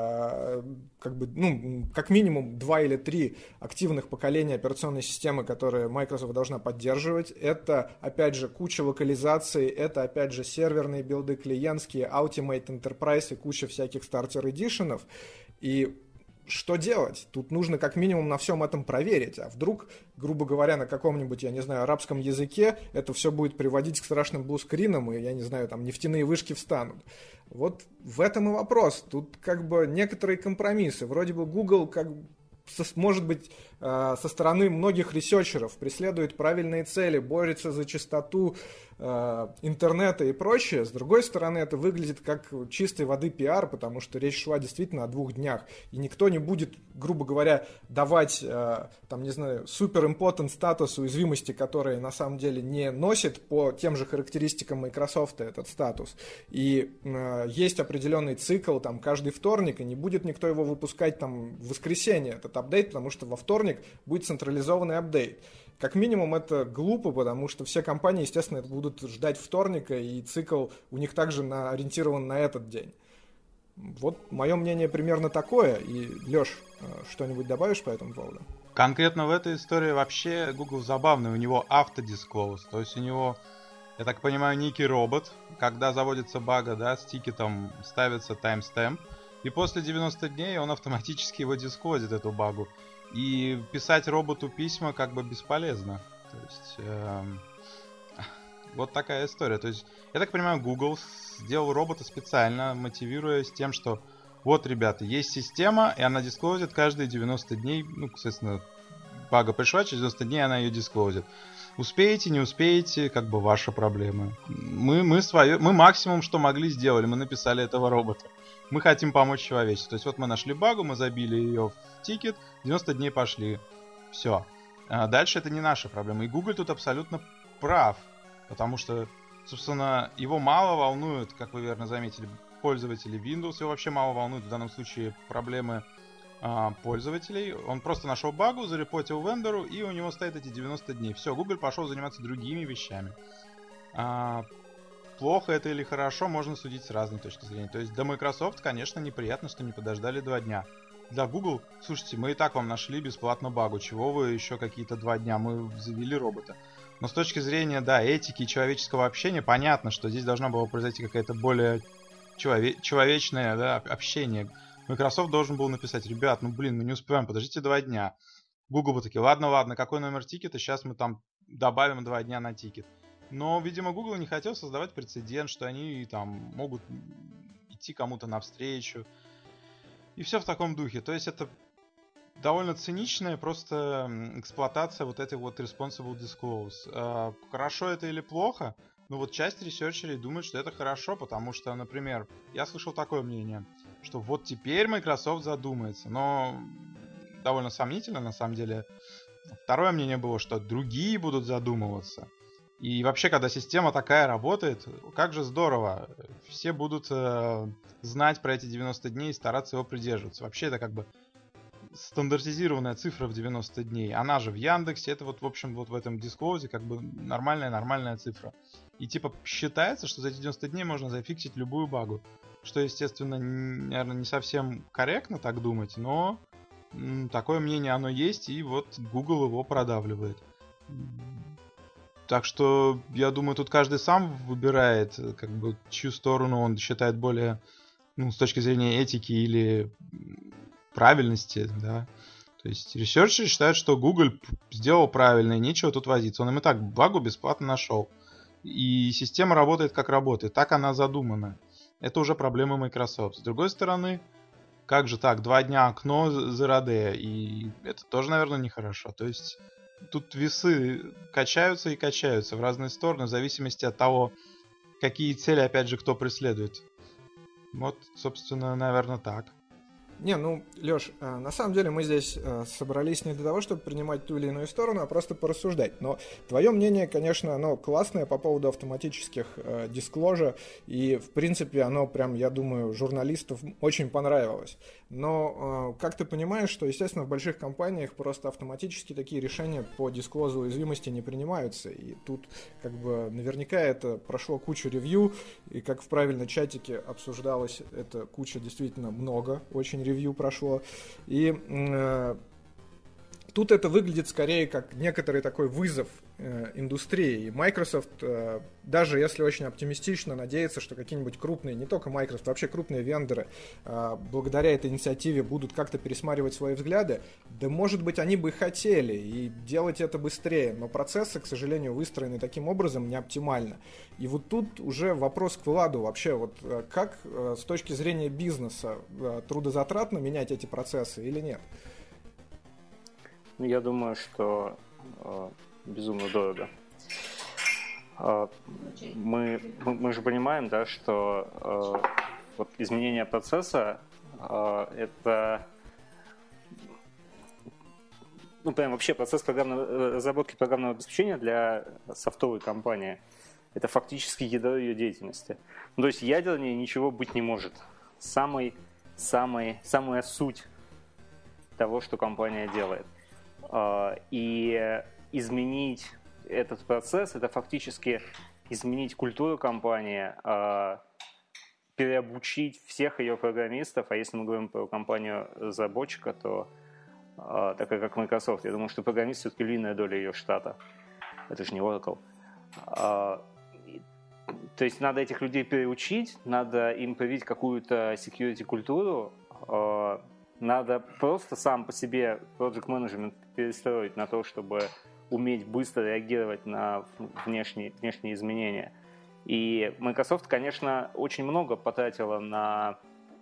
как бы, ну, как минимум 2 или 3 активных поколения операционной системы, которые Microsoft должна поддерживать. Это, опять же, куча локализаций, это, опять же, серверные билды клиентские, Ultimate Enterprise и куча всяких стартер-эдишенов. И что делать? Тут нужно как минимум на всем этом проверить. А вдруг, грубо говоря, на каком-нибудь, я не знаю, арабском языке это все будет приводить к страшным блускринам, и, я не знаю, там нефтяные вышки встанут. Вот в этом и вопрос. Тут как бы некоторые компромиссы. Вроде бы Google, может быть, со стороны многих ресерчеров преследует правильные цели, борется за чистоту интернета и прочее. С другой стороны, это выглядит как чистой воды пиар, потому что речь шла действительно о 2 днях. И никто не будет, грубо говоря, давать, там, не знаю, супер important статус уязвимости, которые на самом деле не носит по тем же характеристикам Microsoft этот статус. И есть определенный цикл там каждый вторник, и не будет никто его выпускать там в воскресенье, этот апдейт, потому что во вторник будет централизованный апдейт. Как минимум это глупо, потому что все компании, естественно, это будут ждать вторника, и цикл у них также ориентирован на этот день. Вот мое мнение примерно такое. И, Леш, что-нибудь добавишь по этому поводу? Конкретно в этой истории вообще Google забавный. У него автодисклоуз. То есть у него, я так понимаю, некий робот. Когда заводится бага, да, с тикетом ставится таймстемп. И после 90 дней он автоматически его дисклозит, эту багу. И писать роботу письма как бы бесполезно. То есть вот такая история. То есть, я так понимаю, Google сделал робота специально, мотивируясь тем, что вот, ребята, есть система, и она дисклозит каждые 90 дней. Ну, соответственно, бага пришла, через 90 дней она ее дисклозит. Успеете, не успеете, как бы ваша проблема. Мы максимум, что могли, сделали. Мы написали этого робота. Мы хотим помочь человечеству. То есть вот мы нашли багу, мы забили ее в тикет, 90 дней пошли. Все. Дальше это не наша проблема. И Google тут абсолютно прав. Потому что, собственно, его мало волнует, как вы верно заметили, пользователи Windows. Его вообще мало волнует в данном случае проблемы пользователей. Он просто нашел багу, зарепортил вендору, и у него стоит эти 90 дней. Все, Google пошел заниматься другими вещами. Плохо это или хорошо, можно судить с разной точки зрения. То есть для Microsoft, конечно, неприятно, что не подождали 2 дня. Для Google, слушайте, мы и так вам нашли бесплатно багу, чего вы еще какие-то 2 дня, мы завели робота. Но с точки зрения, да, этики и человеческого общения, понятно, что здесь должна была произойти какая-то более человечное, да, общение. Microsoft должен был написать: ребят, ну блин, мы не успеваем, подождите 2 дня. Google бы такие, ладно, какой номер тикета, сейчас мы там добавим 2 дня на тикет. Но, видимо, Google не хотел создавать прецедент, что они там могут идти кому-то навстречу. И все в таком духе. То есть это довольно циничная просто эксплуатация вот этой вот responsible disclose. Хорошо это или плохо? Ну вот часть ресерчерей думает, что это хорошо, потому что, например, я слышал такое мнение, что вот теперь Microsoft задумается, но довольно сомнительно на самом деле. Второе мнение было, что другие будут задумываться. И вообще, когда система такая работает, как же здорово. Все будут знать про эти 90 дней и стараться его придерживаться. Вообще, это как бы стандартизированная цифра в 90 дней. Она же в Яндексе, это вот, в общем, вот в этом дисклоузе как бы нормальная цифра. И типа считается, что за эти 90 дней можно зафиксить любую багу. Что, естественно, наверное, не совсем корректно так думать, но такое мнение оно есть, и вот Google его продавливает. Так что, я думаю, тут каждый сам выбирает, как бы, чью сторону он считает более, с точки зрения этики или правильности, да. То есть ресерчеры считают, что Google сделал правильно, и нечего тут возиться. Он им и так багу бесплатно нашел. И система работает как работает. Так она задумана. Это уже проблема Microsoft. С другой стороны, как же так, 2 дня окно Zero Day, и это тоже, наверное, нехорошо. То есть тут весы качаются и качаются в разные стороны, в зависимости от того, какие цели, опять же, кто преследует. Вот, собственно, наверное, так. Не, Лёш, на самом деле мы здесь собрались не для того, чтобы принимать ту или иную сторону, а просто порассуждать. Но твое мнение, конечно, оно классное по поводу автоматических дисклозер, и, в принципе, оно прям, я думаю, журналистам очень понравилось. Но, как ты понимаешь, что, естественно, в больших компаниях просто автоматически такие решения по дисклозу уязвимости не принимаются. И тут, как бы, наверняка это прошло кучу ревью, и, как в правильном чатике обсуждалось, это куча действительно много, очень ревью прошло. И тут это выглядит скорее как некоторый такой вызов индустрии. И Microsoft, даже если очень оптимистично, надеется, что какие-нибудь крупные, не только Microsoft, вообще крупные вендоры, благодаря этой инициативе будут как-то пересматривать свои взгляды. Да, может быть, они бы хотели и делать это быстрее, но процессы, к сожалению, выстроены таким образом не оптимально. И вот тут уже вопрос к Владу вообще, вот как с точки зрения бизнеса трудозатратно менять эти процессы или нет? Я думаю, что безумно дорого. Мы же понимаем, да, что вот изменение процесса это прям вообще процесс разработки программного обеспечения для софтовой компании. Это фактически ядро ее деятельности. То есть ядернее ничего быть не может. Самая суть того, что компания делает. И изменить этот процесс, это фактически изменить культуру компании, переобучить всех ее программистов, а если мы говорим про компанию разработчика, то такая как Microsoft, я думаю, что программист все-таки львиная доля ее штата. Это же не Oracle. То есть надо этих людей переучить, надо им привить какую-то security-культуру, надо просто сам по себе project management перестроить на то, чтобы уметь быстро реагировать на внешние изменения. И Microsoft, конечно, очень много потратила на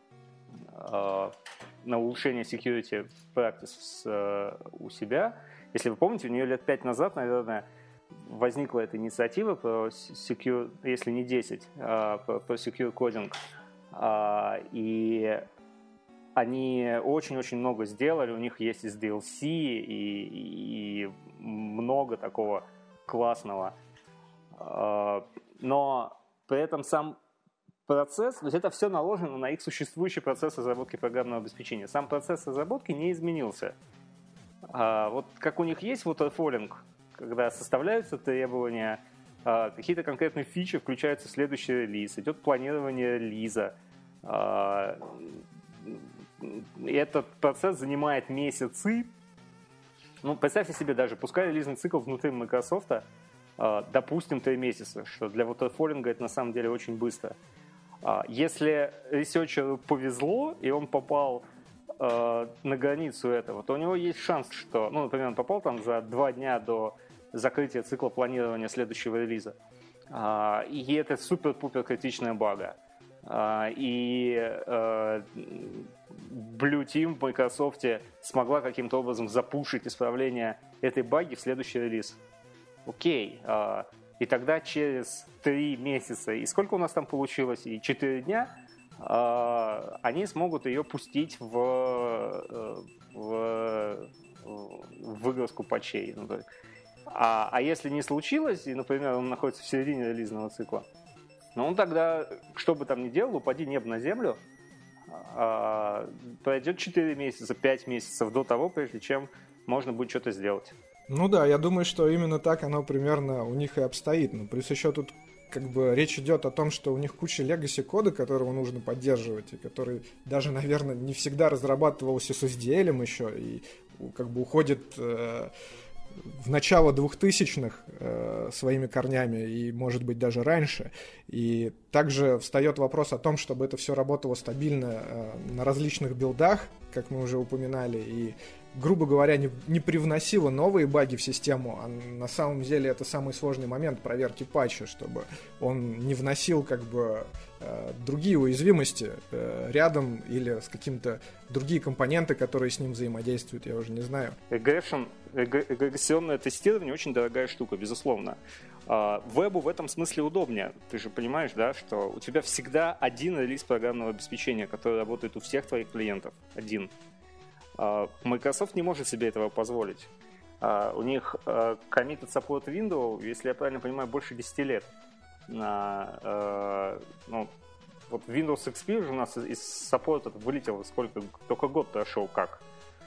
улучшение security practice у себя. Если вы помните, у нее лет 5 назад, наверное, возникла эта инициатива про secure, если не 10, про secure coding. И они очень-очень много сделали, у них есть SDLC и много такого классного. Но при этом сам процесс, то есть это все наложено на их существующий процесс разработки программного обеспечения. Сам процесс разработки не изменился. Вот как у них есть waterfalling, когда составляются требования, какие-то конкретные фичи включаются в следующий релиз, идет планирование релиза. И этот процесс занимает месяцы. Представьте себе даже, пускай релизный цикл внутри Microsoft, допустим, 3 месяца, что для waterfalling это на самом деле очень быстро. Если ресерчеру повезло, и он попал на границу этого, то у него есть шанс, что, ну, например, он попал там за 2 дня до закрытия цикла планирования следующего релиза. И это супер-пупер критичная бага. И Blue Team в Microsoft смогла каким-то образом запушить исправление этой баги в следующий релиз. Окей. И тогда через 3 месяца, и сколько у нас там получилось, и 4 дня, они смогут ее пустить в выгрузку патчей. А если не случилось, и, например, он находится в середине релизного цикла, ну, он тогда, что бы там ни делал, упади небо на землю, пройдет 4 месяца, 5 месяцев до того, прежде чем можно будет что-то сделать. Ну да, я думаю, что именно так оно примерно у них и обстоит. Но плюс еще тут как бы речь идет о том, что у них куча legacy кода, которого нужно поддерживать, и который даже, наверное, не всегда разрабатывался с SDL еще, и как бы уходит в начало 2000-х своими корнями, и, может быть, даже раньше. И также встает вопрос о том, чтобы это все работало стабильно на различных билдах, как мы уже упоминали, и, грубо говоря, не привносило новые баги в систему, а на самом деле это самый сложный момент проверки патча, чтобы он не вносил как бы другие уязвимости рядом или с какими-то другие компоненты, которые с ним взаимодействуют, я уже не знаю. Регрессионное тестирование очень дорогая штука, безусловно. Вебу в этом смысле удобнее. Ты же понимаешь, да, что у тебя всегда один релиз программного обеспечения, который работает у всех твоих клиентов. Один. Microsoft не может себе этого позволить. У них committed support window, если я правильно понимаю, больше 10 лет. Вот Windows XP уже у нас из саппорта вылетел сколько, только год прошел как.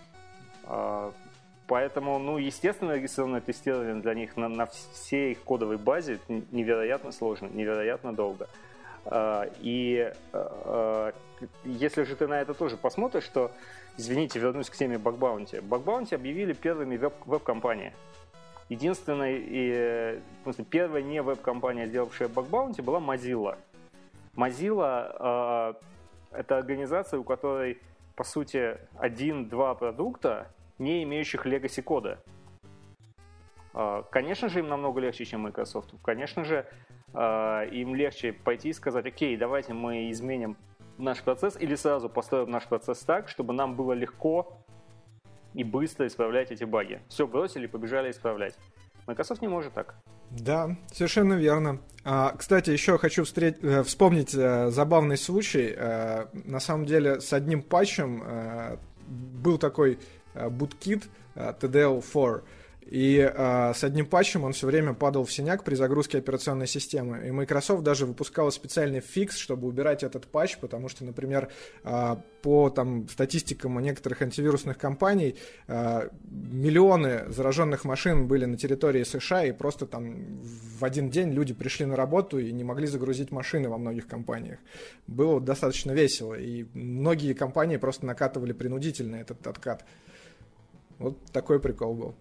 Поэтому, естественно, регистрационное тестирование для них на всей их кодовой базе невероятно сложно, невероятно долго. И если же ты на это тоже посмотришь, то, извините, вернусь к теме Bug Bounty. Bug Bounty объявили первыми веб-компании. Единственная, первая не веб-компания, сделавшая Bug Bounty, была Mozilla. Mozilla это организация, у которой, по сути, 1-2 продукта, не имеющих legacy кода. Конечно же, им намного легче, чем Microsoft. Конечно же, им легче пойти и сказать: окей, давайте мы изменим наш процесс или сразу построим наш процесс так, чтобы нам было легко и быстро исправлять эти баги. Все, бросили, побежали исправлять. Microsoft не может так. Да, совершенно верно. Кстати, еще хочу вспомнить забавный случай. На самом деле, с одним патчем был такой bootkit TDL4, и с одним патчем он все время падал в синяк при загрузке операционной системы. И Microsoft даже выпускала специальный фикс, чтобы убирать этот патч, потому что, например, по статистикам некоторых антивирусных компаний миллионы зараженных машин были на территории США, и просто там в один день люди пришли на работу и не могли загрузить машины во многих компаниях. Было достаточно весело, и многие компании просто накатывали принудительно этот откат. Вот такой прикол был.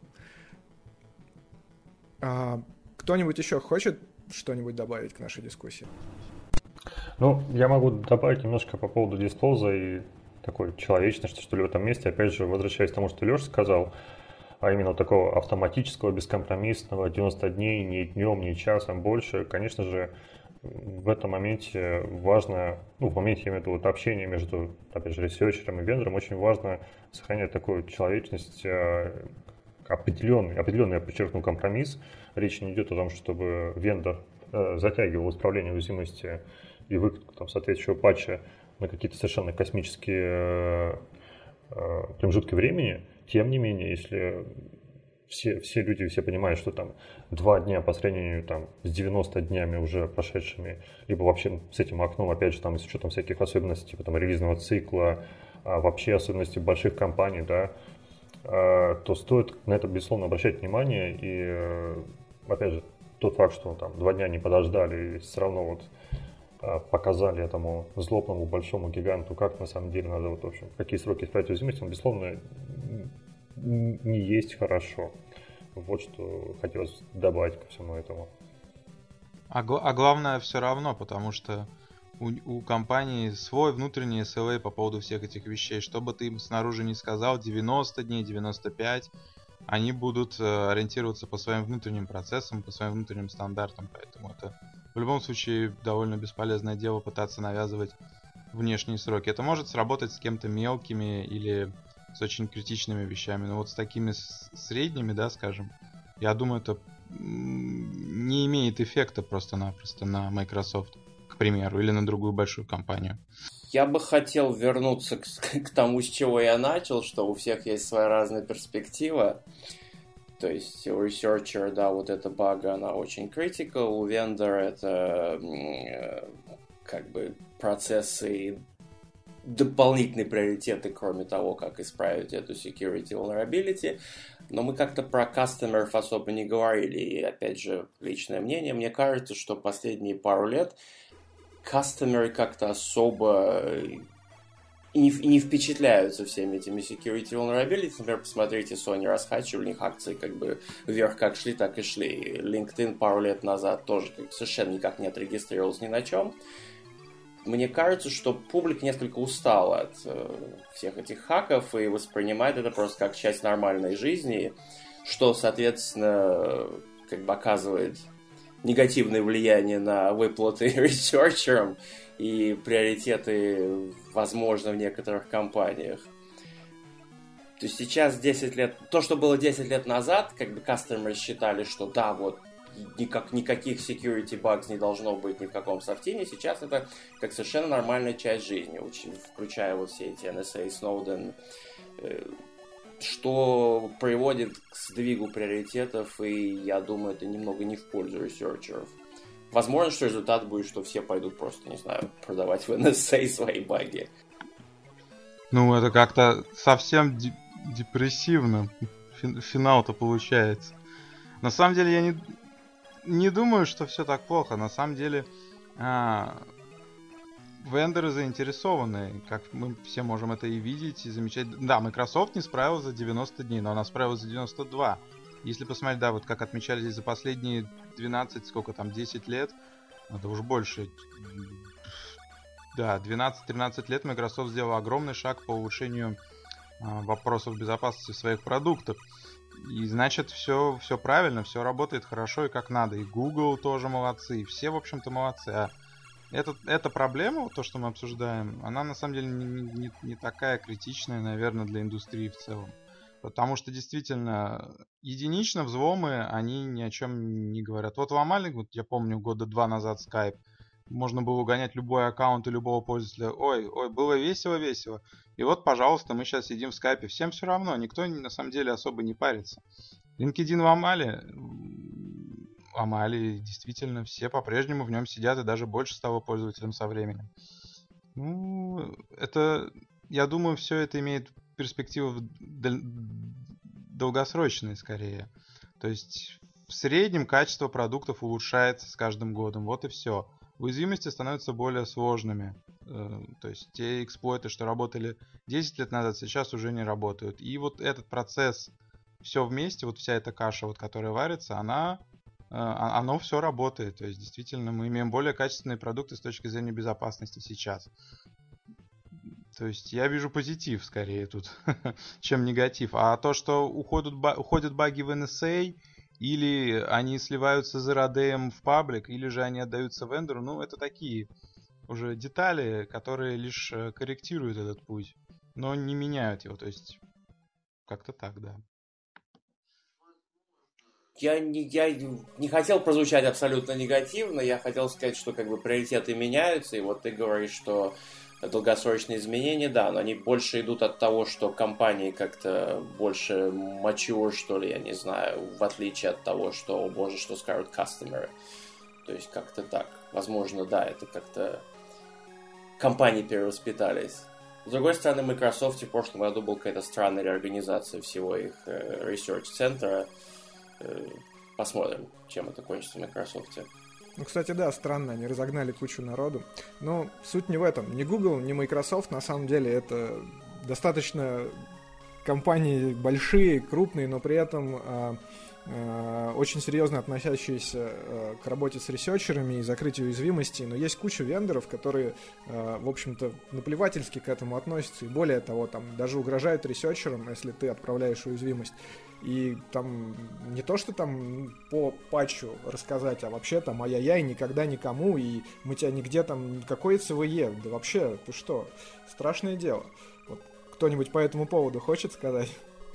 Кто-нибудь еще хочет что-нибудь добавить к нашей дискуссии? Ну, я могу добавить немножко по поводу дисклоза и такой человечности, что ли, в этом месте. Опять же, возвращаясь к тому, что Леша сказал, а именно такого автоматического, бескомпромиссного, 90 дней, ни днем, ни часом больше. Конечно же, в этом моменте важно, в моменте, я имею в виду, общение между, опять же, ресерчером и вендором, очень важно сохранять такую человечность, определенный, я подчеркну, компромисс. Речь не идет о том, чтобы вендор затягивал исправление уязвимости и выкатку соответствующего патча на какие-то совершенно космические промежутки времени. Тем не менее, если все люди, все понимают, что там 2 дня по сравнению с 90 днями уже прошедшими, либо вообще с этим окном, опять же, с учетом всяких особенностей релизного цикла, вообще особенностей больших компаний, да, то стоит на это, безусловно, обращать внимание. И, опять же, тот факт, что 2 дня не подождали и все равно показали этому злобному большому гиганту, как на самом деле надо, в общем, какие сроки исправить уязвимость, он, безусловно, не есть хорошо. Вот что хотелось добавить ко всему этому. А главное все равно, потому что у компании свой внутренний SLA по поводу всех этих вещей. Что бы ты им снаружи не сказал, 90 дней, 95, они будут ориентироваться по своим внутренним процессам, по своим внутренним стандартам. Поэтому это в любом случае довольно бесполезное дело пытаться навязывать внешние сроки. Это может сработать с кем-то мелкими или с очень критичными вещами. Но вот с такими средними, да, скажем, я думаю, это не имеет эффекта просто-напросто на Microsoft, к примеру, или на другую большую компанию. Я бы хотел вернуться к тому, с чего я начал, что у всех есть своя разная перспектива. То есть у researcher, да, вот эта бага, она очень critical, у vendor это как бы процессы, дополнительные приоритеты, кроме того, как исправить эту security vulnerability. Но мы как-то про кастомеров особо не говорили. И опять же, личное мнение, мне кажется, что последние пару лет кастомеры как-то особо и не впечатляются всеми этими security vulnerability. Например, посмотрите, Sony расхачивали, у них акции как бы вверх как шли, так и шли. LinkedIn пару лет назад тоже совершенно никак не отрегистрировался ни на чем. Мне кажется, что публика несколько устала от всех этих хаков и воспринимает это просто как часть нормальной жизни, что, соответственно, как бы оказывает негативное влияние на выплаты ресерчерам и приоритеты, возможно, в некоторых компаниях. То есть сейчас 10 лет... То, что было 10 лет назад, как бы кастомеры считали, что да, вот никаких security bugs не должно быть ни в каком софтине. Сейчас это как совершенно нормальная часть жизни, включая вот все эти NSA, Snowden, что приводит к сдвигу приоритетов, и я думаю, это немного не в пользу ресерчеров. Возможно, что результат будет, что все пойдут просто, не знаю, продавать в NSA свои баги. Ну, это как-то совсем депрессивно финал-то получается. На самом деле, я не думаю, что все так плохо. На самом деле, вендоры заинтересованы, как мы все можем это и видеть, и замечать. Да, Microsoft не справилась за 90 дней, но она справилась за 92. Если посмотреть, да, вот как отмечали здесь за последние 10 лет, это уже больше, да, 12-13 лет Microsoft сделала огромный шаг по улучшению вопросов безопасности своих продуктов. И значит, все правильно, все работает хорошо и как надо. И Google тоже молодцы, и все, в общем-то, молодцы. А эта проблема, вот то, что мы обсуждаем, она на самом деле не такая критичная, наверное, для индустрии в целом. Потому что действительно, единично взломы, они ни о чем не говорят. Вот ломали, вот я помню, года 2 назад Skype, можно было угонять любой аккаунт и любого пользователя. Ой, было весело. И вот, пожалуйста, мы сейчас сидим в скайпе. Всем все равно, никто на самом деле особо не парится. LinkedIn ломали, действительно, все по-прежнему в нем сидят и даже больше стало пользователям со временем. Ну, это, я думаю, все это имеет перспективу долгосрочные скорее. То есть в среднем качество продуктов улучшается с каждым годом. Вот и все. Уязвимости становятся более сложными. То есть те эксплойты, что работали 10 лет назад, сейчас уже не работают. И вот этот процесс, все вместе, вот вся эта каша, вот, которая варится, оно все работает. То есть действительно мы имеем более качественные продукты с точки зрения безопасности сейчас. То есть я вижу позитив скорее тут, чем негатив. А то, что уходят баги в NSA, или они сливаются Zero Day в паблик, или же они отдаются вендору, ну, это такие уже детали, которые лишь корректируют этот путь, но не меняют его. То есть как-то так, да. Я не хотел прозвучать абсолютно негативно, я хотел сказать, что как бы приоритеты меняются, и вот ты говоришь, что долгосрочные изменения, да, но они больше идут от того, что компании как-то больше mature, что ли, я не знаю, в отличие от того, что, о боже, что скажут кастомеры. То есть как-то так. Возможно, да, это как-то компании перевоспитались. С другой стороны, Microsoft в прошлом году была какая-то странная реорганизация всего их research-центра. Посмотрим, чем это кончится в Microsoft. Ну, кстати, да, странно, они разогнали кучу народу. Но суть не в этом. Ни Google, ни Microsoft, на самом деле, это достаточно компании большие, крупные, но при этом очень серьезно относящиеся к работе с ресерчерами и закрытию уязвимостей, но есть куча вендоров, которые, в общем-то, наплевательски к этому относятся, и более того, там даже угрожают ресерчерам, если ты отправляешь уязвимость. И там не то, что там по патчу рассказать, а вообще там ай-яй-яй, никогда никому, и мы тебя нигде там, какое ЦВЕ, да вообще, ты что, страшное дело. Вот кто-нибудь по этому поводу хочет сказать?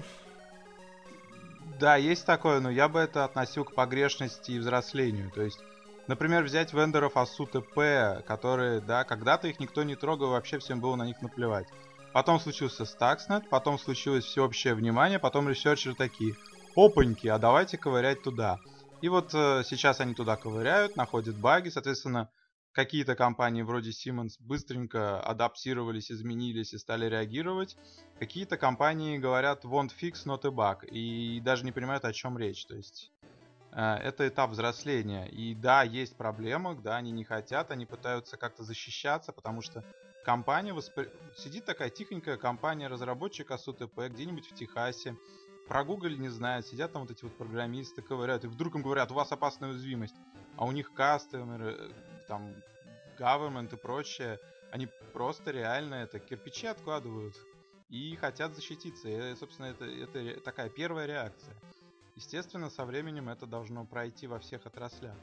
Да, есть такое, но я бы это относил к погрешности и взрослению. То есть, например, взять вендоров ASUTP, которые, да, когда-то их никто не трогал, вообще всем было на них наплевать. Потом случился Stuxnet, потом случилось всеобщее внимание, потом ресерчеры такие: опаньки, а давайте ковырять туда. И вот сейчас они туда ковыряют, находят баги, соответственно, какие-то компании вроде Siemens быстренько адаптировались, изменились и стали реагировать. Какие-то компании говорят won't fix, not a bug, и даже не понимают, о чем речь. То есть это этап взросления. И да, есть проблемы, да, они не хотят, они пытаются как-то защищаться, потому что компания сидит такая тихонькая компания-разработчик ASUTP где-нибудь в Техасе, про Google не знают, сидят там вот эти вот программисты, ковыряют, и вдруг им говорят: у вас опасная уязвимость, а у них кастомеры, там, government и прочее, они просто реально это кирпичи откладывают и хотят защититься. И, собственно, это такая первая реакция. Естественно, со временем это должно пройти во всех отраслях.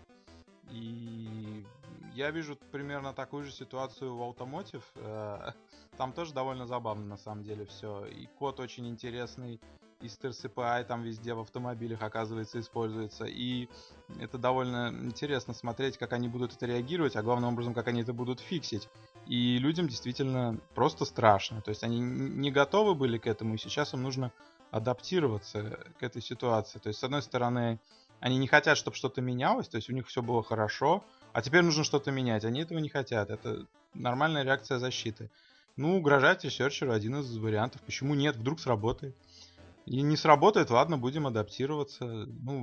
И я вижу примерно такую же ситуацию в Automotive. Там тоже довольно забавно, на самом деле, все. И код очень интересный, и STIR-CPI там везде в автомобилях, оказывается, используется. И это довольно интересно смотреть, как они будут это реагировать, а главным образом, как они это будут фиксить. И людям действительно просто страшно. То есть они не готовы были к этому, и сейчас им нужно адаптироваться к этой ситуации. То есть, с одной стороны, они не хотят, чтобы что-то менялось, то есть у них все было хорошо, а теперь нужно что-то менять. Они этого не хотят. Это нормальная реакция защиты. Ну, угрожать ресерчеру — один из вариантов. Почему нет? Вдруг сработает. И не сработает, ладно, будем адаптироваться. Ну,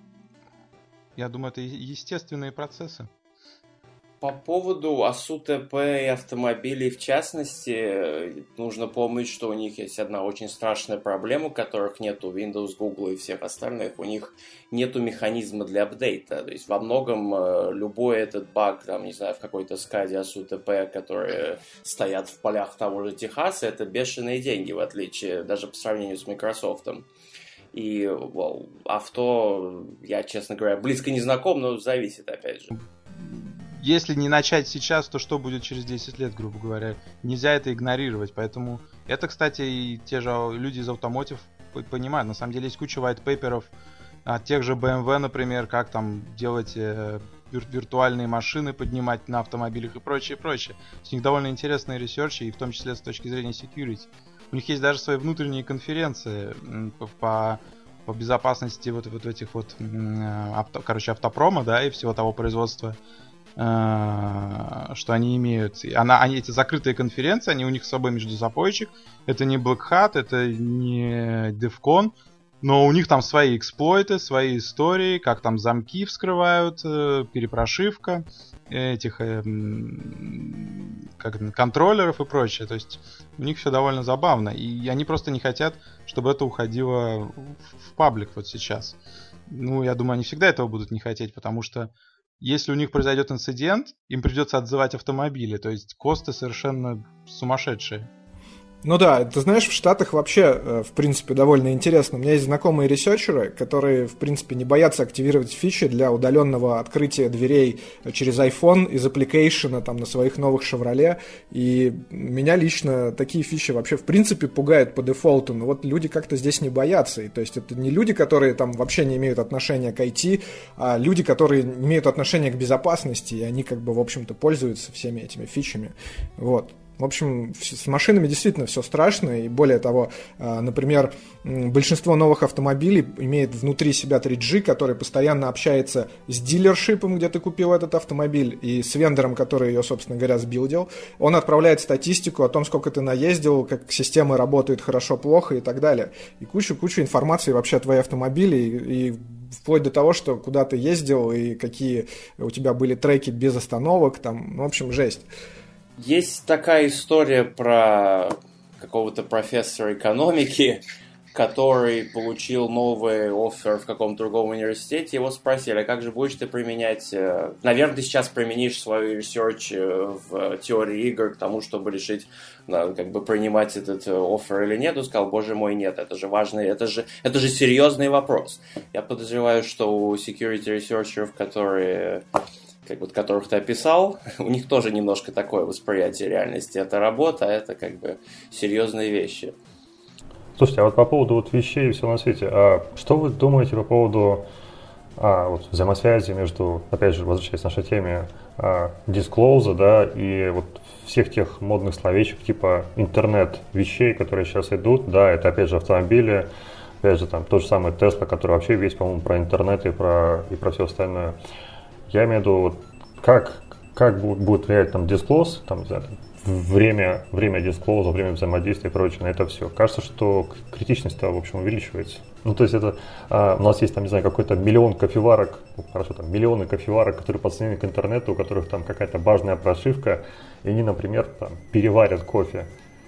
я думаю, это естественные процессы. По поводу ASUTP и автомобилей в частности, нужно помнить, что у них есть одна очень страшная проблема, которых нет у Windows, Google и всех остальных. У них нету механизма для апдейта. То есть во многом любой этот баг, там, не знаю, в какой-то скаде ASUTP, которые стоят в полях того же Техаса, это бешеные деньги, в отличие даже по сравнению с Microsoft. И авто, я, честно говоря, близко не знаком, но зависит, опять же. Если не начать сейчас, то что будет через 10 лет, грубо говоря? Нельзя это игнорировать. Поэтому это, кстати, и те же люди из Automotive понимают. На самом деле есть куча white-пейперов от тех же BMW, например, как там делать виртуальные машины, поднимать на автомобилях и прочее, прочее. У них довольно интересные ресерчи, и в том числе с точки зрения security. У них есть даже свои внутренние конференции по безопасности вот этих вот, автопрома, да, и всего того производства, что они имеют. Они эти закрытые конференции, они у них с собой между собойчик. Это не Black Hat, это не DEF CON, но у них там свои эксплойты, свои истории, как там замки вскрывают, перепрошивка этих контроллеров и прочее. То есть у них все довольно забавно. И они просто не хотят, чтобы это уходило в паблик вот сейчас. Ну, я думаю, они всегда этого будут не хотеть, потому что если у них произойдет инцидент, им придется отзывать автомобили. То есть косты совершенно сумасшедшие. Ну да, ты знаешь, в Штатах вообще, в принципе, довольно интересно. У меня есть знакомые ресерчеры, которые, в принципе, не боятся активировать фичи для удаленного открытия дверей через iPhone из аппликейшена там на своих новых Chevrolet. И меня лично такие фичи вообще, в принципе, пугают по дефолту. Но вот люди как-то здесь не боятся. И, то есть это не люди, которые там вообще не имеют отношения к IT, а люди, которые имеют отношение к безопасности. И они как бы, в общем-то, пользуются всеми этими фичами. Вот. В общем, с машинами действительно все страшно, и более того, например, большинство новых автомобилей имеет внутри себя 3G, который постоянно общается с дилершипом, где ты купил этот автомобиль, и с вендором, который ее, собственно говоря, сбилдил. Он отправляет статистику о том, сколько ты наездил, как системы работают хорошо, плохо и так далее. И кучу информации вообще о твоей автомобиле, и вплоть до того, что куда ты ездил, и какие у тебя были треки без остановок, там, в общем, жесть. Есть такая история про какого-то профессора экономики, который получил новый оффер в каком-то другом университете, его спросили, а как же будешь ты применять... Наверное, ты сейчас применишь свою research в теории игр к тому, чтобы решить, как бы принимать этот оффер или нет. Он сказал, боже мой, нет, это же важный, это же серьезный вопрос. Я подозреваю, что у security researcher'ов, которых ты описал, у них тоже немножко такое восприятие реальности. Это работа, а это как бы серьезные вещи. Слушайте, а вот по поводу вот вещей и всего на свете, а что вы думаете по поводу вот взаимосвязи между, опять же, возвращаясь к нашей теме, disclose, да, и вот всех тех модных словечек типа интернет вещей, которые сейчас идут, да, это опять же автомобили, опять же там тот же самый Tesla, который вообще весь, по-моему, про интернет и про все остальное. Я имею в виду, как будет влиять там disclose, там, не знаю, время дисклоуза, время взаимодействия и прочее на это все. Кажется, что критичность-то, в общем, увеличивается. Ну, то есть это у нас есть там, не знаю, какой-то миллион кофеварок, миллионы кофеварок, которые подсоединены к интернету, у которых там какая-то важная прошивка, и они, например, там переварят кофе.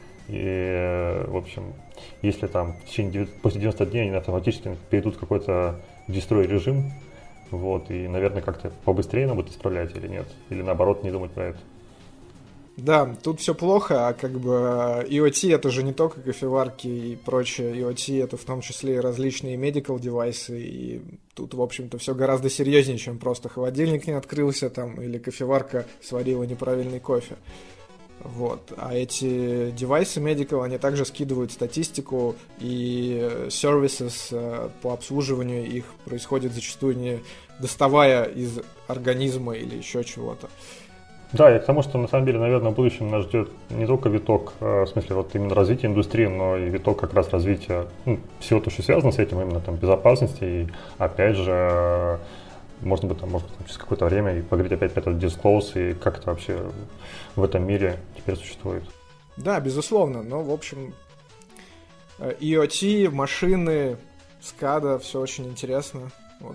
И, в общем, если там после 90 дней они автоматически перейдут в какой-то destroy режим, вот, и, наверное, как-то побыстрее надо будет исправлять или нет, или наоборот не думать про это. Да, тут все плохо, а как бы IoT это же не только кофеварки и прочее. IoT это в том числе и различные medical девайсы, и тут, в общем-то, все гораздо серьезнее, чем просто холодильник не открылся там или кофеварка сварила неправильный кофе. Вот. А эти девайсы medical, они также скидывают статистику, и services по обслуживанию их происходит зачастую не доставая из организма или еще чего-то. Да, и к тому, что на самом деле, наверное, в будущем нас ждет не только виток, в смысле вот именно развития индустрии, но и виток как раз развития всего то, что связано с этим, именно там безопасности. И опять же, можно быть через какое-то время и поговорить опять про этот disclose и как это вообще в этом мире теперь существует. Да, безусловно, но в общем IoT, машины, SCADA, все очень интересно. Вот.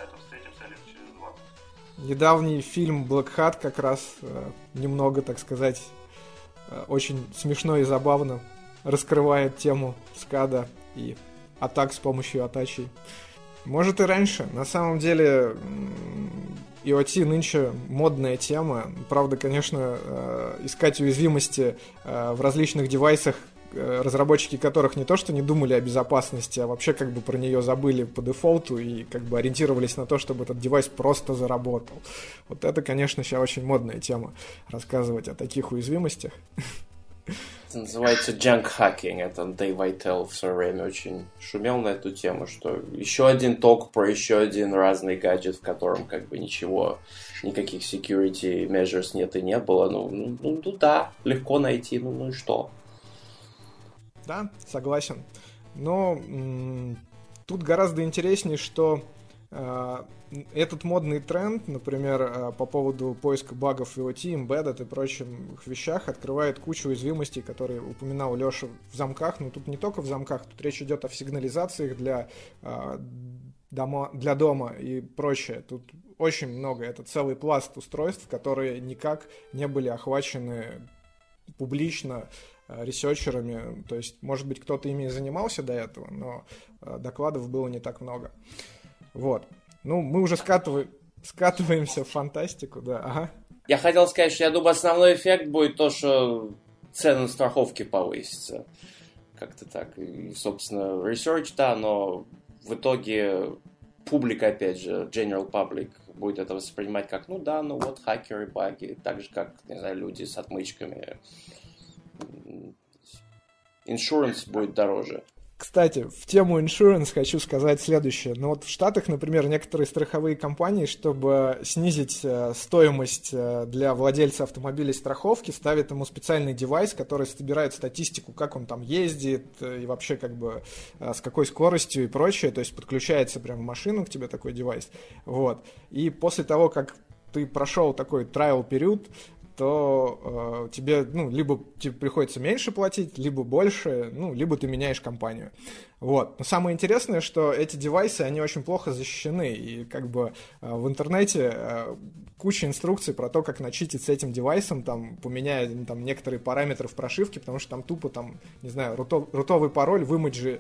Недавний фильм Black Hat как раз немного, так сказать, очень смешно и забавно раскрывает тему SCADA и атак с помощью Apache. Может и раньше. На самом деле IoT нынче модная тема. Правда, конечно, искать уязвимости в различных девайсах, разработчики которых не то что не думали о безопасности, а вообще как бы про нее забыли по дефолту и как бы ориентировались на то, чтобы этот девайс просто заработал. Вот это, конечно, сейчас очень модная тема, рассказывать о таких уязвимостях. Это называется junk hacking. Это Дэйв Айтел в свое время очень шумел на эту тему, что еще один ток про еще один разный гаджет, в котором как бы никаких security measures нет и не было. Ну да, легко найти, ну и что? Да, согласен. Но тут гораздо интереснее, что этот модный тренд, например, по поводу поиска багов в IoT, embedded и прочих вещах, открывает кучу уязвимостей, которые упоминал Леша в замках. Но тут не только в замках, тут речь идет о сигнализациях для дома и прочее. Тут очень много. Это целый пласт устройств, которые никак не были охвачены публично ресерчерами, то есть, может быть, кто-то ими и занимался до этого, но докладов было не так много. Вот. Ну, мы уже скатываемся в фантастику, да. Ага. Я хотел сказать, что я думаю, основной эффект будет то, что цены страховки повысятся. Как-то так. И, собственно, research, да, но в итоге публика, опять же, general public, будет это воспринимать как, вот хакеры, баги, так же, как, не знаю, люди с отмычками. Insurance будет дороже. Кстати, в тему insurance хочу сказать следующее. Ну вот в Штатах, например, некоторые страховые компании, чтобы снизить стоимость для владельца автомобилей страховки, ставят ему специальный девайс, который собирает статистику, как он там ездит и вообще как бы с какой скоростью и прочее. То есть подключается прямо в машину к тебе такой девайс. Вот. И после того, как ты прошел такой trial период, то тебе, либо тебе приходится меньше платить, либо больше, либо ты меняешь компанию. Вот. Но самое интересное, что эти девайсы, они очень плохо защищены, и как бы в интернете куча инструкций про то, как начитить с этим девайсом, там, поменяя там некоторые параметры в прошивке, потому что там тупо, там, не знаю, рутовый пароль в имидже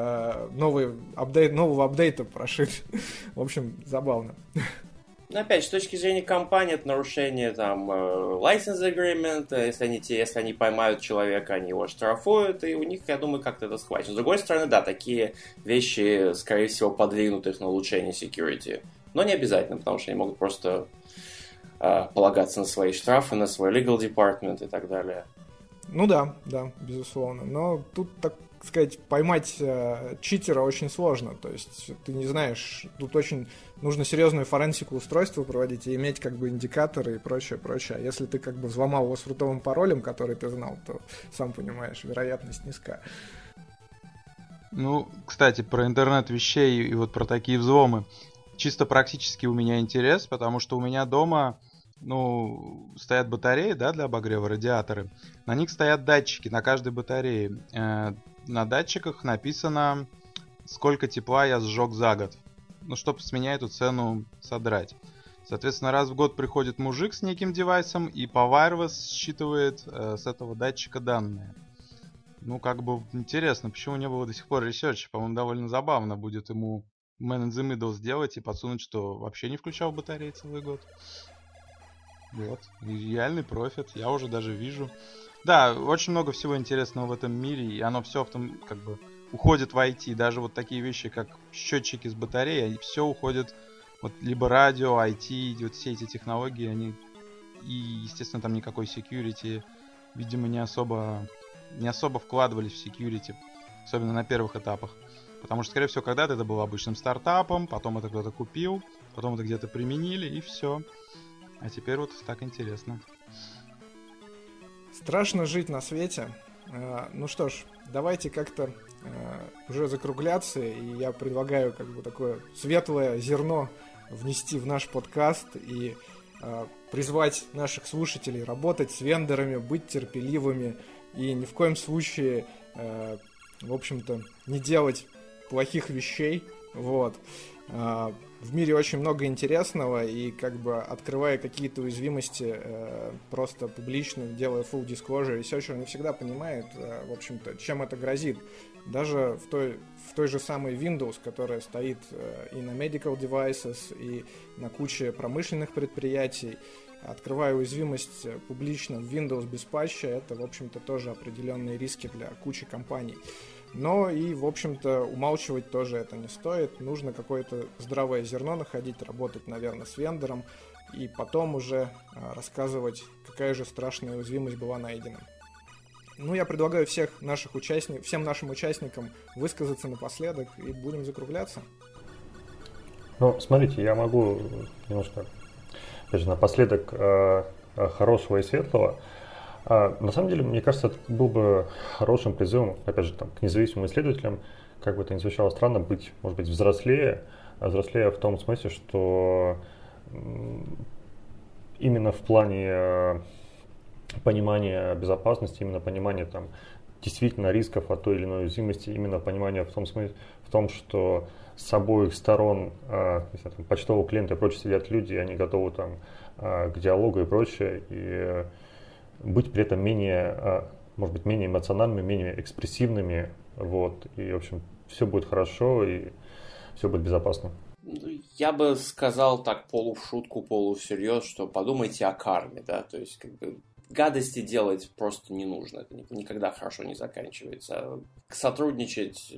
нового апдейта прошит. В общем, забавно. Но опять, с точки зрения компании, это нарушение там license agreement, если они поймают человека, они его штрафуют, и у них, я думаю, как-то это схвачено. С другой стороны, да, такие вещи, скорее всего, подвигнут их на улучшение security. Но не обязательно, потому что они могут просто полагаться на свои штрафы, на свой legal department и так далее. Ну да, безусловно. Но тут, так сказать, поймать читера очень сложно. То есть ты не знаешь, тут очень нужно серьезную форенсику устройства проводить и иметь как бы индикаторы и прочее. А если ты как бы взломал его с рутовым паролем, который ты знал, то, сам понимаешь, вероятность низка. Ну, кстати, про интернет вещей и вот про такие взломы. Чисто практически у меня интерес, потому что у меня дома стоят батареи, да, для обогрева, радиаторы. На них стоят датчики на каждой батарее. На датчиках написано, сколько тепла я сжег за год. Чтобы с меня эту цену содрать. Соответственно, раз в год приходит мужик с неким девайсом и по wireless считывает с этого датчика данные. Как бы интересно, почему не было до сих пор ресерча. По-моему, довольно забавно будет ему man in the middle сделать и подсунуть, что вообще не включал батареи целый год. Вот, реальный профит, я уже даже вижу. Да, очень много всего интересного в этом мире, и оно все в том, как бы, уходит в IT. Даже вот такие вещи, как счетчики с батареей, они все уходят, вот, либо радио, IT, вот все эти технологии, они, и, естественно, там никакой security, видимо, не особо вкладывались в security, особенно на первых этапах. Потому что, скорее всего, когда-то это было обычным стартапом, потом это кто-то купил, потом это где-то применили, и все. А теперь вот так интересно. Страшно жить на свете. Ну что ж, давайте как-то уже закругляться, и я предлагаю как бы такое светлое зерно внести в наш подкаст и призвать наших слушателей работать с вендорами, быть терпеливыми и ни в коем случае, в общем-то, не делать плохих вещей. Вот. В мире очень много интересного, и как бы открывая какие-то уязвимости просто публично, делая full disclosure, ресерчер не всегда понимает, в общем-то, чем это грозит. Даже в той же самой Windows, которая стоит и на medical devices, и на куче промышленных предприятий, открывая уязвимость публично в Windows без патча, это, в общем-то, тоже определенные риски для кучи компаний. Но и, в общем-то, умалчивать тоже это не стоит. Нужно какое-то здравое зерно находить, работать, наверное, с вендором, и потом уже рассказывать, какая же страшная уязвимость была найдена. Я предлагаю всем нашим участникам высказаться напоследок, и будем закругляться. Смотрите, я могу немножко, опять же, напоследок хорошего и светлого. На самом деле, мне кажется, это был бы хорошим призывом, опять же, к независимым исследователям, как бы это ни звучало странно, быть, может быть, взрослее в том смысле, что именно в плане понимания безопасности, именно понимания действительно рисков от той или иной уязвимости, именно понимание в том, что с обоих сторон, почтового клиента и прочее сидят люди, они готовы к диалогу и прочее, и быть при этом менее эмоциональными, менее экспрессивными, вот, и, в общем, все будет хорошо, и все будет безопасно. Я бы сказал так полу в шутку, полу всерьез, что подумайте о карме, да, то есть, как бы, гадости делать просто не нужно, это никогда хорошо не заканчивается. Сотрудничать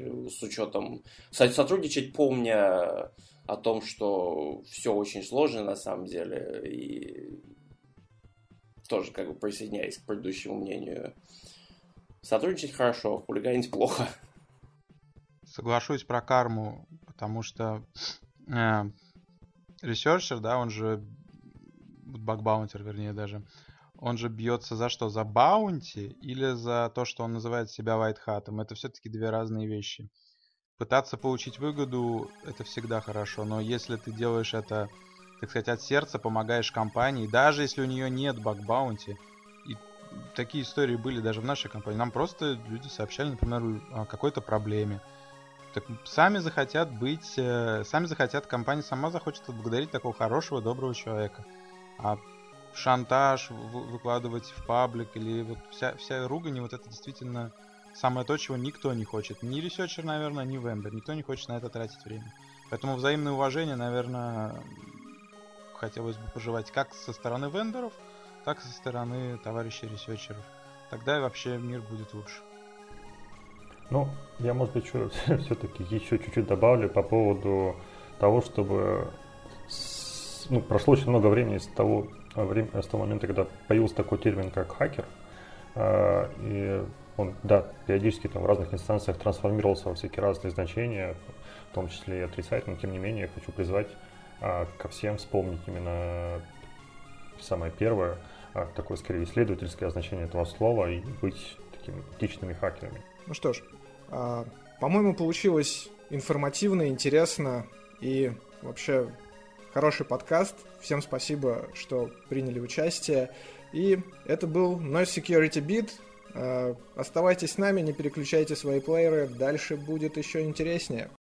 помня о том, что все очень сложно на самом деле, и тоже как бы присоединяясь к предыдущему мнению. Сотрудничать хорошо, хулиганить плохо. Соглашусь про карму, потому что ресерчер, да, он же баг-баунтер, вернее даже, он же бьется за что? За баунти или за то, что он называет себя вайтхатом? Это все-таки две разные вещи. Пытаться получить выгоду — это всегда хорошо, но если ты делаешь это так сказать, от сердца помогаешь компании, даже если у нее нет баг-баунти. И такие истории были даже в нашей компании. Нам просто люди сообщали, например, о какой-то проблеме. Так сами захотят, компания сама захочет отблагодарить такого хорошего, доброго человека. А шантаж выкладывать в паблик или вот вся ругань, вот это действительно самое то, чего никто не хочет. Ни ресерчер, наверное, ни вендор. Никто не хочет на это тратить время. Поэтому взаимное уважение, наверное, хотелось бы пожелать как со стороны вендоров, так и со стороны товарищей ресерчеров. Тогда и вообще мир будет лучше. Ну, я, может быть, все-таки еще чуть-чуть добавлю по поводу того, чтобы... прошло очень много времени с того момента, когда появился такой термин, как хакер. И он, да, периодически там в разных инстанциях трансформировался во всякие разные значения, в том числе и отрицательные. Тем не менее, я хочу призвать ко всем вспомнить именно самое первое, такое, скорее, исследовательское значение этого слова и быть такими этичными хакерами. Ну что ж, по-моему, получилось информативно, интересно и вообще хороший подкаст. Всем спасибо, что приняли участие. И это был Noise Security Beat. Оставайтесь с нами, не переключайте свои плееры, дальше будет еще интереснее.